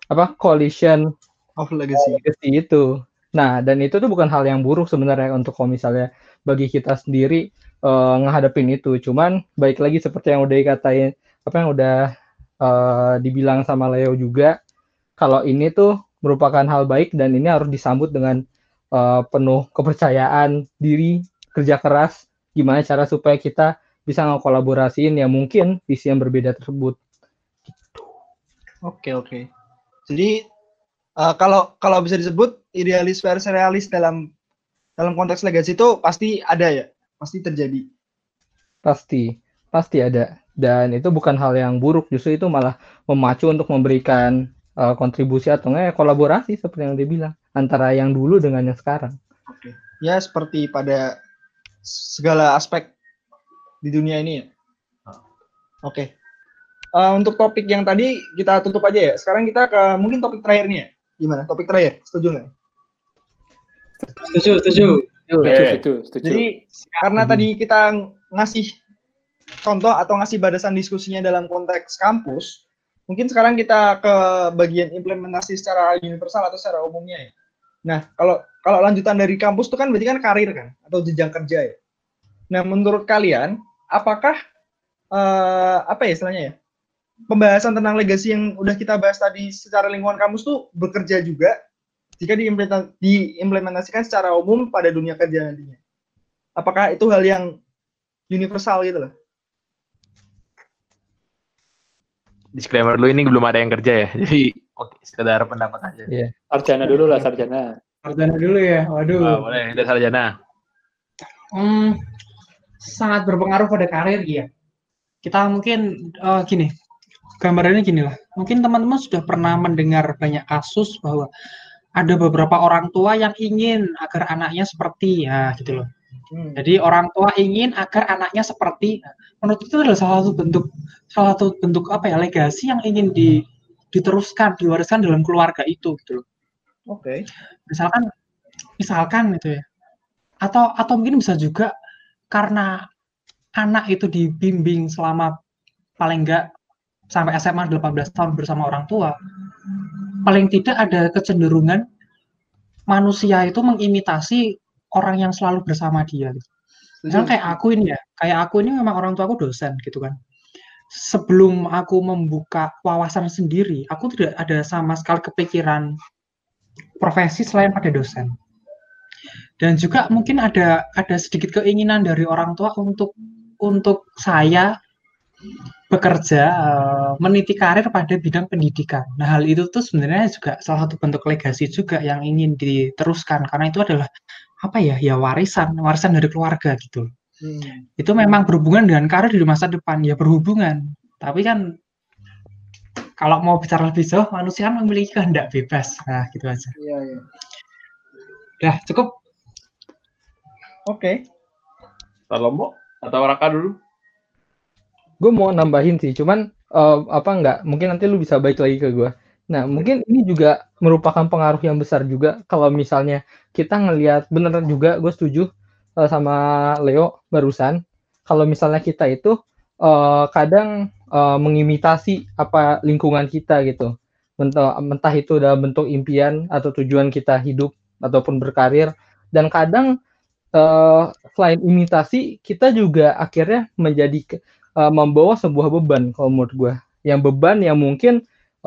of legacy itu. Nah, dan itu tuh bukan hal yang buruk sebenarnya untuk kalau misalnya bagi kita sendiri ngehadapin itu. Cuman baik lagi seperti yang udah dikatain, yang udah dibilang sama Leo juga, kalau ini tuh merupakan hal baik dan ini harus disambut dengan penuh kepercayaan diri, kerja keras, gimana cara supaya kita bisa ngekolaborasiin ya mungkin visi yang berbeda tersebut. Oke. Jadi kalau bisa disebut idealis versus realis dalam konteks legacy itu pasti ada ya, pasti terjadi. Pasti ada, dan itu bukan hal yang buruk, justru itu malah memacu untuk memberikan kontribusi atau kolaborasi seperti yang dia bilang antara yang dulu dengan yang sekarang. Oke. Ya seperti pada segala aspek di dunia ini ya. Oke. Untuk topik yang tadi kita tutup aja ya. Sekarang kita ke mungkin topik terakhir nih ya. Gimana? Topik terakhir, setuju nggak? Setuju. Jadi karena tadi kita ngasih contoh atau ngasih batasan diskusinya dalam konteks kampus, mungkin sekarang kita ke bagian implementasi secara universal atau secara umumnya ya. Nah, kalau lanjutan dari kampus itu kan berarti kan karir kan atau jenjang kerja ya. Nah, menurut kalian apakah istilahnya ya? Pembahasan tentang legacy yang udah kita bahas tadi secara lingkungan kampus tuh bekerja juga jika diimplementasikan secara umum pada dunia kerja nantinya. Apakah itu hal yang universal gitu loh? Disclaimer dulu, ini belum ada yang kerja ya, jadi sekedar pendapat aja. Yeah. Sarjana dulu lah, sarjana dulu ya. Waduh. Boleh, udah sarjana. Sangat berpengaruh pada karir ya. Kita mungkin gini, gambarannya gini lah. Mungkin teman-teman sudah pernah mendengar banyak kasus bahwa ada beberapa orang tua yang ingin agar anaknya seperti ya gitu loh. Jadi orang tua ingin agar anaknya seperti, menurut itu adalah salah satu bentuk legasi yang ingin diteruskan, diwariskan dalam keluarga itu gitu loh. Oke. Misalkan itu ya. Atau mungkin bisa juga karena anak itu dibimbing selama paling enggak sampai SMA 18 tahun bersama orang tua. Paling tidak ada kecenderungan manusia itu mengimitasi orang yang selalu bersama dia. Misalnya kayak aku ini memang orang tua aku dosen gitu kan. Sebelum aku membuka wawasan sendiri, aku tidak ada sama sekali kepikiran profesi selain pada dosen. Dan juga mungkin ada sedikit keinginan dari orang tua untuk saya bekerja meniti karir pada bidang pendidikan. Nah, hal itu tuh sebenarnya juga salah satu bentuk legasi juga yang ingin diteruskan karena itu adalah apa ya? Ya warisan dari keluarga gitu. Itu memang berhubungan dengan karir di masa depan ya berhubungan. Tapi kan kalau mau bicara lebih jauh, manusia memiliki kehendak bebas. Nah, gitu aja. Iya. Udah, cukup. Oke. Salomo atau Raka dulu? Gue mau nambahin sih, cuman enggak, mungkin nanti lu bisa balik lagi ke gue. Nah, mungkin ini juga merupakan pengaruh yang besar juga kalau misalnya kita ngelihat, beneran juga gue setuju sama Leo barusan, kalau misalnya kita itu kadang mengimitasi apa lingkungan kita gitu, entah itu dalam bentuk impian atau tujuan kita hidup ataupun berkarir, dan kadang selain imitasi kita juga akhirnya menjadi membawa sebuah beban kalau menurut gue, yang beban yang mungkin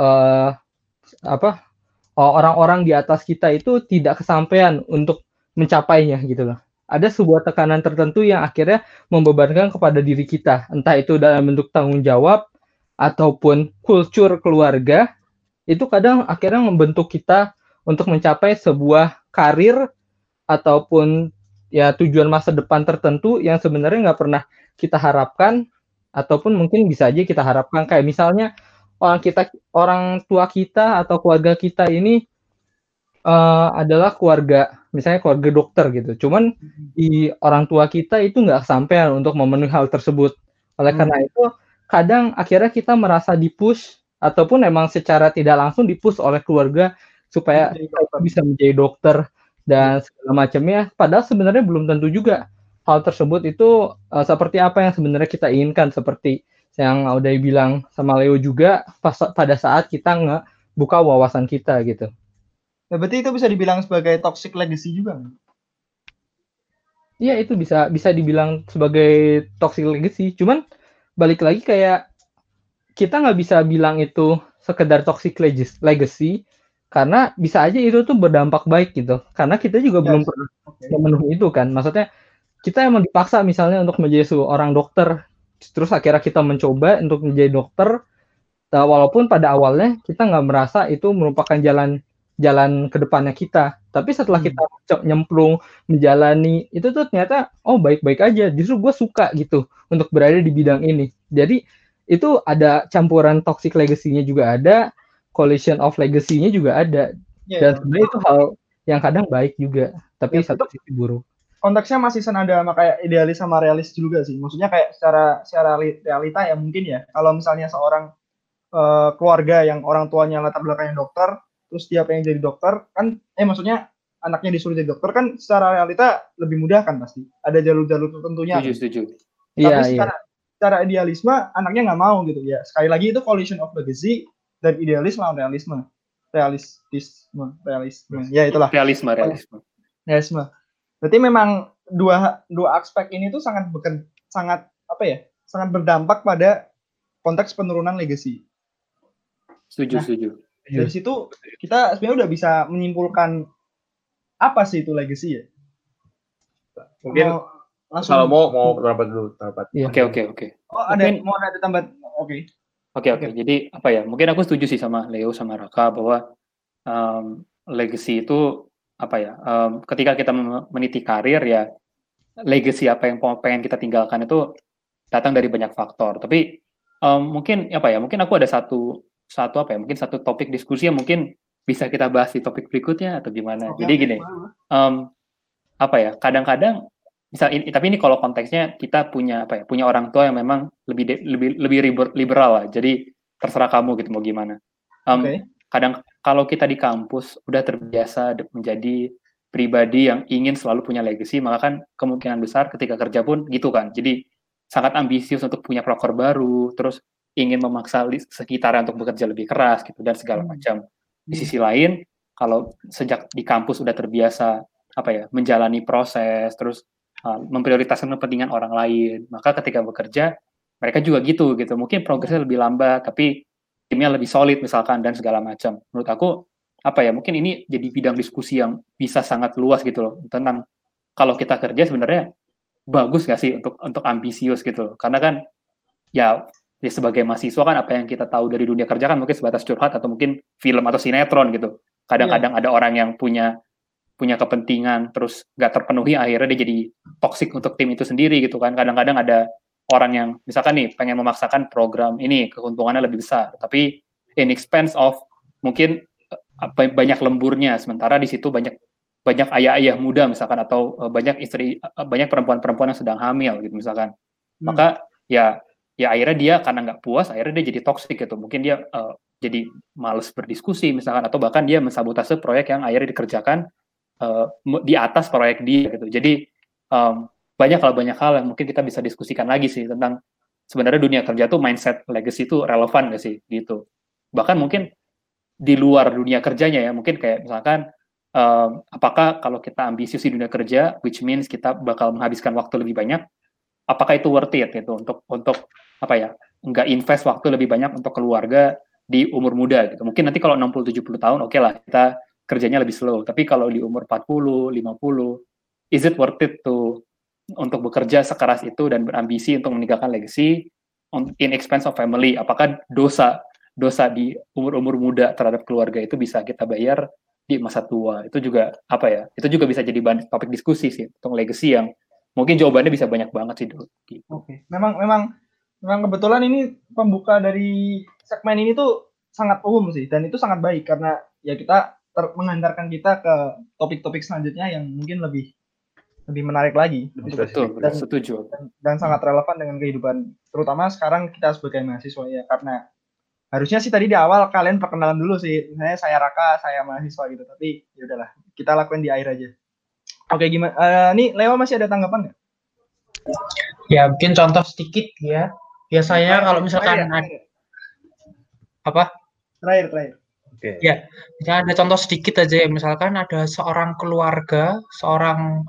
orang-orang di atas kita itu tidak kesampaian untuk mencapainya gitu loh. Ada sebuah tekanan tertentu yang akhirnya membebankan kepada diri kita, entah itu dalam bentuk tanggung jawab ataupun kultur keluarga, itu kadang akhirnya membentuk kita untuk mencapai sebuah karir ataupun ya tujuan masa depan tertentu yang sebenarnya nggak pernah kita harapkan, ataupun mungkin bisa aja kita harapkan, kayak misalnya orang tua kita atau keluarga kita ini adalah misalnya keluarga dokter gitu, cuman di orang tua kita itu nggak kesampaian untuk memenuhi hal tersebut. Oleh karena itu kadang akhirnya kita merasa di-push ataupun emang secara tidak langsung di-push oleh keluarga supaya kita bisa menjadi dokter dan segala macamnya, padahal sebenarnya belum tentu juga hal tersebut itu seperti apa yang sebenarnya kita inginkan, seperti yang udah bilang sama Leo juga pada saat kita ngebuka wawasan kita gitu. Ya, berarti itu bisa dibilang sebagai toxic legacy juga. Iya, itu bisa dibilang sebagai toxic legacy. Cuman balik lagi kayak kita nggak bisa bilang itu sekedar toxic legacy karena bisa aja itu tuh berdampak baik gitu. Karena kita juga belum pernah memenuhi itu kan. Maksudnya kita emang dipaksa misalnya untuk menjadi seorang dokter, terus akhirnya kita mencoba untuk menjadi dokter, walaupun pada awalnya kita nggak merasa itu merupakan jalan ke depannya kita, tapi setelah kita nyemplung menjalani itu tuh ternyata baik-baik aja, justru gue suka gitu untuk berada di bidang ini. Jadi itu ada campuran toxic legacy-nya juga ada, collision of legacy-nya juga ada, dan sebenarnya itu hal yang kadang baik juga, tapi satu sisi buruk. Konteksnya masih senada sama kayak idealis sama realis juga sih. Maksudnya kayak secara realita ya mungkin ya. Kalau misalnya seorang keluarga yang orang tuanya latar belakangnya dokter, terus dia pengen jadi dokter, kan maksudnya anaknya disuruh jadi dokter, kan secara realita lebih mudah kan pasti. Ada jalur-jalur tertentunya. Setuju. Tapi secara idealisme anaknya nggak mau gitu ya. Sekali lagi itu collision of legacy dan idealisme lawan realisme. Ya itulah. Realisme. Berarti memang dua aspek ini tuh sangat berdampak pada konteks penurunan legacy. Setuju. Dari situ kita sebenarnya udah bisa menyimpulkan apa sih itu legacy ya. Mungkin kalau mau pendapat dulu. Oke. Oh, mau ada tambahan. Oke. Jadi apa ya? Mungkin aku setuju sih sama Leo sama Raka bahwa legacy itu apa ya? Ketika kita meniti karir ya, legacy apa yang pengen kita tinggalkan itu datang dari banyak faktor. Tapi mungkin apa ya? Mungkin aku ada satu topik diskusi yang mungkin bisa kita bahas di topik berikutnya atau gimana. Jadi gini, kadang-kadang tapi ini kalau konteksnya kita punya orang tua yang memang lebih liberal lah. Jadi terserah kamu gitu mau gimana. Kadang kalau kita di kampus udah terbiasa menjadi pribadi yang ingin selalu punya legacy, maka kan kemungkinan besar ketika kerja pun gitu kan. Jadi sangat ambisius untuk punya proker baru, terus ingin memaksa sekitarnya untuk bekerja lebih keras gitu dan segala macam. Di sisi lain, kalau sejak di kampus udah terbiasa menjalani proses, terus memprioritaskan kepentingan orang lain, maka ketika bekerja mereka juga gitu. Mungkin progresnya lebih lambat, tapi timnya lebih solid misalkan dan segala macam. Menurut aku mungkin ini jadi bidang diskusi yang bisa sangat luas gitu loh, tentang kalau kita kerja sebenarnya bagus nggak sih untuk ambisius gitu loh. Karena kan ya sebagai mahasiswa kan apa yang kita tahu dari dunia kerja kan mungkin sebatas curhat atau mungkin film atau sinetron gitu. Kadang-kadang ada orang yang punya kepentingan terus nggak terpenuhi, akhirnya dia jadi toksik untuk tim itu sendiri gitu kan. Kadang-kadang ada orang yang misalkan nih pengen memaksakan program ini keuntungannya lebih besar, tapi in expense of mungkin banyak lemburnya, sementara di situ banyak ayah-ayah muda misalkan, atau banyak perempuan-perempuan yang sedang hamil gitu misalkan. Maka ya akhirnya dia karena nggak puas, akhirnya dia jadi toksik gitu. Mungkin dia jadi males berdiskusi misalkan, atau bahkan dia mensabotase proyek yang akhirnya dikerjakan di atas proyek dia gitu. Jadi banyak hal yang mungkin kita bisa diskusikan lagi sih tentang sebenarnya dunia kerja tuh mindset legacy itu relevan nggak sih gitu. Bahkan mungkin di luar dunia kerjanya ya, mungkin kayak misalkan apakah kalau kita ambisius di dunia kerja, which means kita bakal menghabiskan waktu lebih banyak, apakah itu worth it gitu untuk apa ya, nggak invest waktu lebih banyak untuk keluarga di umur muda gitu. Mungkin nanti kalau 60-70 tahun oke lah kita kerjanya lebih slow, tapi kalau di umur 40, 50, is it worth it untuk bekerja sekeras itu dan berambisi untuk meninggalkan legacy in expense of family? Apakah dosa di umur muda terhadap keluarga itu bisa kita bayar di masa tua? Itu juga apa ya? Itu juga bisa jadi topik diskusi sih tentang legacy yang mungkin jawabannya bisa banyak banget sih dulu. Gitu. Oke. Memang kebetulan ini pembuka dari segmen ini tuh sangat umum sih, dan itu sangat baik karena ya kita menghantarkan kita ke topik-topik selanjutnya yang mungkin lebih menarik lagi. Betul, setuju. Dan sangat relevan dengan kehidupan, terutama sekarang kita sebagai mahasiswa ya, karena harusnya sih tadi di awal kalian perkenalan dulu sih, misalnya saya Raka, saya mahasiswa gitu, tapi ya udahlah, kita lakuin di akhir aja. Oke, gimana? Nih Leo masih ada tanggapan nggak? Ya mungkin contoh sedikit ya. Biasanya kalau misalkan Terakhir. Okay. Ya, misalnya ada contoh sedikit aja ya. Misalkan ada seorang keluarga, seorang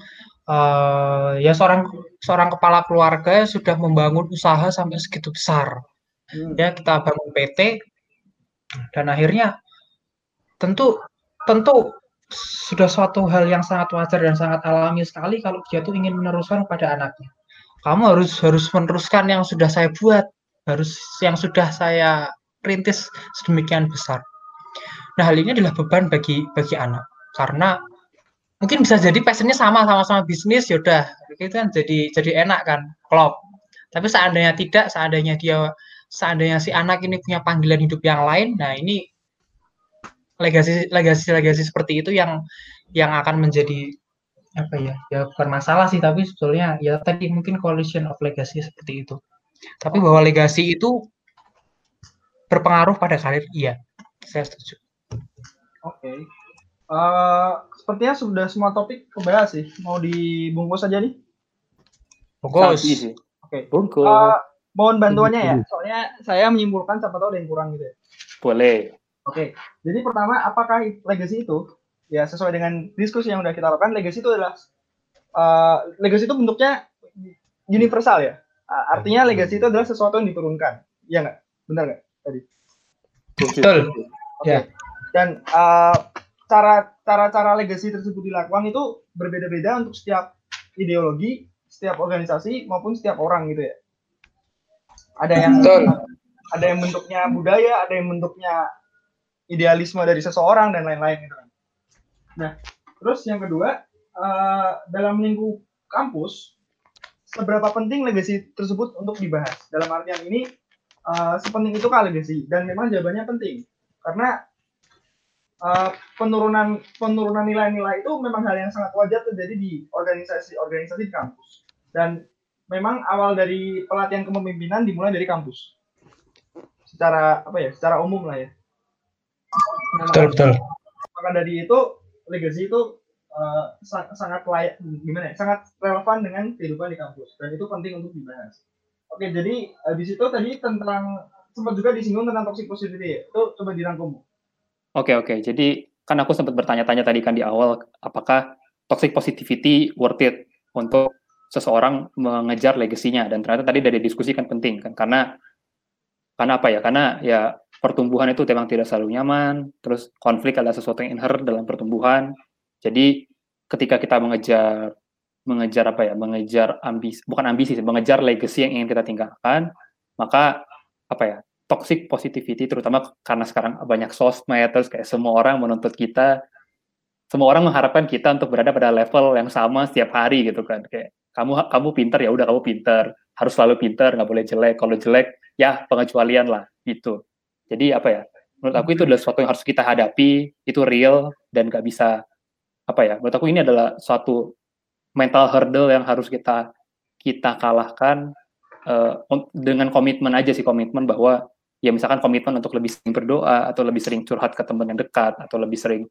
kepala keluarga sudah membangun usaha sampai segitu besar. Ya, kita bangun PT dan akhirnya tentu sudah suatu hal yang sangat wajar dan sangat alami sekali kalau dia tuh ingin meneruskan pada anaknya. Kamu harus meneruskan yang sudah saya buat, yang sudah saya rintis sedemikian besar. Nah, hal ini adalah beban bagi anak, karena mungkin bisa jadi passionnya sama-sama bisnis, yaudah itu kan jadi enak kan, klop. Tapi seandainya tidak, seandainya si anak ini punya panggilan hidup yang lain, nah ini legasi seperti itu yang akan menjadi apa ya bukan masalah sih, tapi sebetulnya ya tadi mungkin collision of legacy seperti itu. Tapi bahwa legasi itu berpengaruh pada karir, iya, saya setuju. Oke. Sepertinya sudah semua topik kebahas sih. Mau dibungkus aja nih? Bungkus. Oke. Bungkus. Mohon bantuannya ya. Soalnya saya menyimpulkan siapa tahu ada yang kurang gitu ya. Boleh. Oke. Jadi pertama, apakah legacy itu ya sesuai dengan diskusi yang udah kita lakukan, legacy itu adalah legacy itu bentuknya universal ya. Artinya legacy itu adalah sesuatu yang diturunkan. Iya nggak? Benar nggak tadi? Betul. Okay. Dan cara legacy tersebut dilakukan itu berbeda-beda untuk setiap ideologi, setiap organisasi maupun setiap orang gitu ya. Ada yang bentuknya budaya, ada yang bentuknya idealisme dari seseorang dan lain-lain gitu kan. Nah, terus yang kedua, dalam lingkup kampus, seberapa penting legacy tersebut untuk dibahas? Dalam artian ini, sepenting itu kah legacy? Dan memang jawabannya penting, karena penurunan nilai-nilai itu memang hal yang sangat wajar terjadi di organisasi di kampus. Dan memang awal dari pelatihan kepemimpinan dimulai dari kampus. Secara umum lah ya. Betul. Maka dari itu legacy itu sangat sangat relevan dengan kehidupan di kampus, dan itu penting untuk dibahas. Oke, jadi di situ tadi tentang sempat juga disinggung tentang toxic positivity ya. Itu coba dirangkum. Oke. Jadi kan aku sempat bertanya-tanya tadi kan di awal, apakah toxic positivity worth it untuk seseorang mengejar legasinya, dan ternyata tadi dari diskusi kan penting kan, karena apa ya? Karena ya pertumbuhan itu memang tidak selalu nyaman, terus konflik adalah sesuatu yang inherent dalam pertumbuhan. Jadi ketika kita mengejar ambisi, mengejar legacy yang ingin kita tinggalkan, maka toxic positivity, terutama karena sekarang banyak sosmed, terus kayak semua orang menuntut kita, semua orang mengharapkan kita untuk berada pada level yang sama setiap hari gitu kan, kayak kamu pinter ya udah kamu pinter, harus selalu pinter, nggak boleh jelek, kalau jelek ya pengecualian lah gitu. Jadi menurut aku itu adalah sesuatu yang harus kita hadapi, itu real dan nggak bisa menurut aku ini adalah suatu mental hurdle yang harus kita kalahkan dengan komitmen aja sih, komitmen bahwa ya misalkan komitmen untuk lebih sering berdoa atau lebih sering curhat ke teman yang dekat atau lebih sering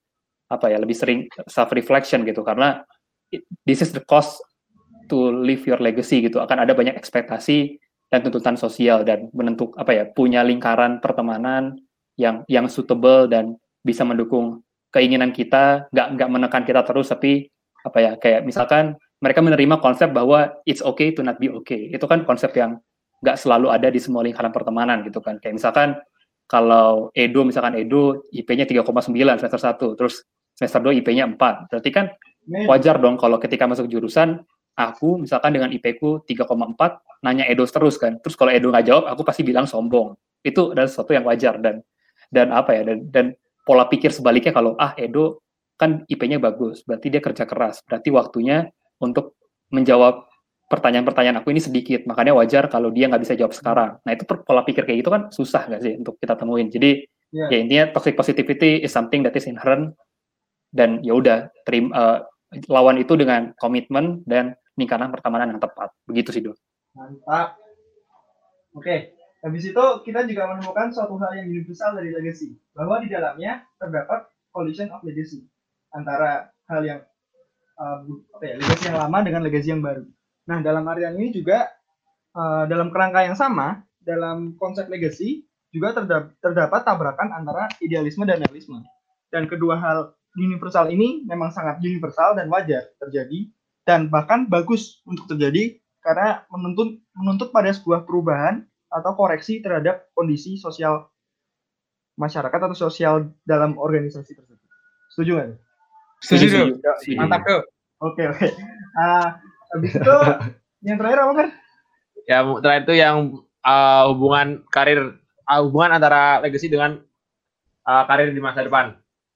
self reflection gitu, karena this is the cost to live your legacy gitu. Akan ada banyak ekspektasi dan tuntutan sosial dan punya lingkaran pertemanan yang suitable dan bisa mendukung keinginan kita, nggak menekan kita terus, tapi kayak misalkan mereka menerima konsep bahwa it's okay to not be okay. Itu kan konsep yang nggak selalu ada di semua lingkaran pertemanan gitu kan. Kayak misalkan kalau Edo IP-nya 3,9 semester 1, terus semester 2 IP-nya 4. Berarti kan wajar dong kalau ketika masuk jurusan, aku misalkan dengan IP-ku 3,4, nanya Edo terus kan. Terus kalau Edo nggak jawab, aku pasti bilang sombong. Itu adalah sesuatu yang wajar dan pola pikir sebaliknya kalau Edo kan IP-nya bagus, berarti dia kerja keras, berarti waktunya untuk menjawab pertanyaan-pertanyaan aku ini sedikit, makanya wajar kalau dia nggak bisa jawab sekarang. Nah itu pola pikir kayak gitu kan susah nggak sih untuk kita temuin. Jadi ya intinya toxic positivity is something that is inherent, dan ya udah lawan itu dengan komitmen dan lingkaran pertemanan yang tepat. Begitu sih, Do. Mantap. Oke, habis itu kita juga menemukan suatu hal yang universal dari legacy, bahwa di dalamnya terdapat collision of legacy antara hal yang legacy yang lama dengan legacy yang baru. Nah, dalam artian ini juga dalam kerangka yang sama, dalam konsep legacy juga terdapat tabrakan antara idealisme dan realisme. Dan kedua hal universal ini memang sangat universal dan wajar terjadi, dan bahkan bagus untuk terjadi karena menuntut pada sebuah perubahan atau koreksi terhadap kondisi sosial masyarakat atau sosial dalam organisasi tersebut. Setuju nggak? Setuju. Mantap, tuh. Oke. Habis itu yang terakhir apa kan? Ya, terakhir itu yang hubungan karir, hubungan antara legacy dengan karir di masa depan.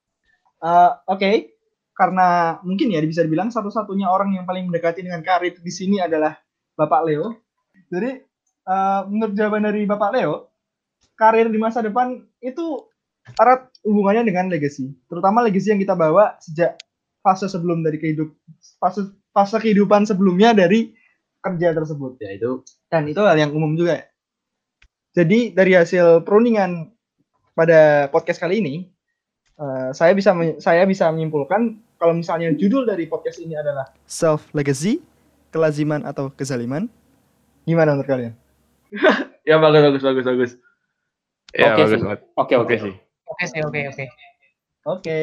Oke. Karena mungkin ya bisa dibilang satu-satunya orang yang paling mendekati dengan karir di sini adalah Bapak Leo. Jadi menurut jawaban dari Bapak Leo, karir di masa depan itu erat hubungannya dengan legacy, terutama legacy yang kita bawa sejak fase sebelum dari fase kehidupan sebelumnya dari kerja tersebut, ya itu, dan itu hal yang umum juga. Jadi dari hasil perundingan pada podcast kali ini, saya bisa menyimpulkan kalau misalnya judul dari podcast ini adalah self legacy, kelaziman atau kezaliman, gimana menurut kalian? Ya bagus. Ya bagus banget. Oke sih. Oke.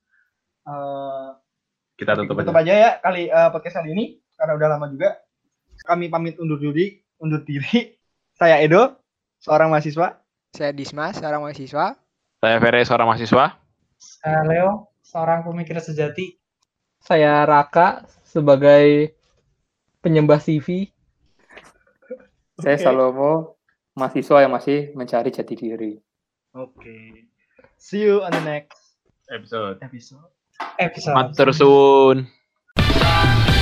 Kita tutup aja ya podcast kali ini karena udah lama juga. Kami pamit undur diri. Saya Edo, seorang mahasiswa. Saya Disma, seorang mahasiswa. Saya Fere, seorang mahasiswa. Saya Leo, seorang pemikir sejati. Saya Raka sebagai penyembah CV. Saya Salomo, mahasiswa yang masih mencari jati diri. Oke. See you on the next episode. Episode. Matur suwun.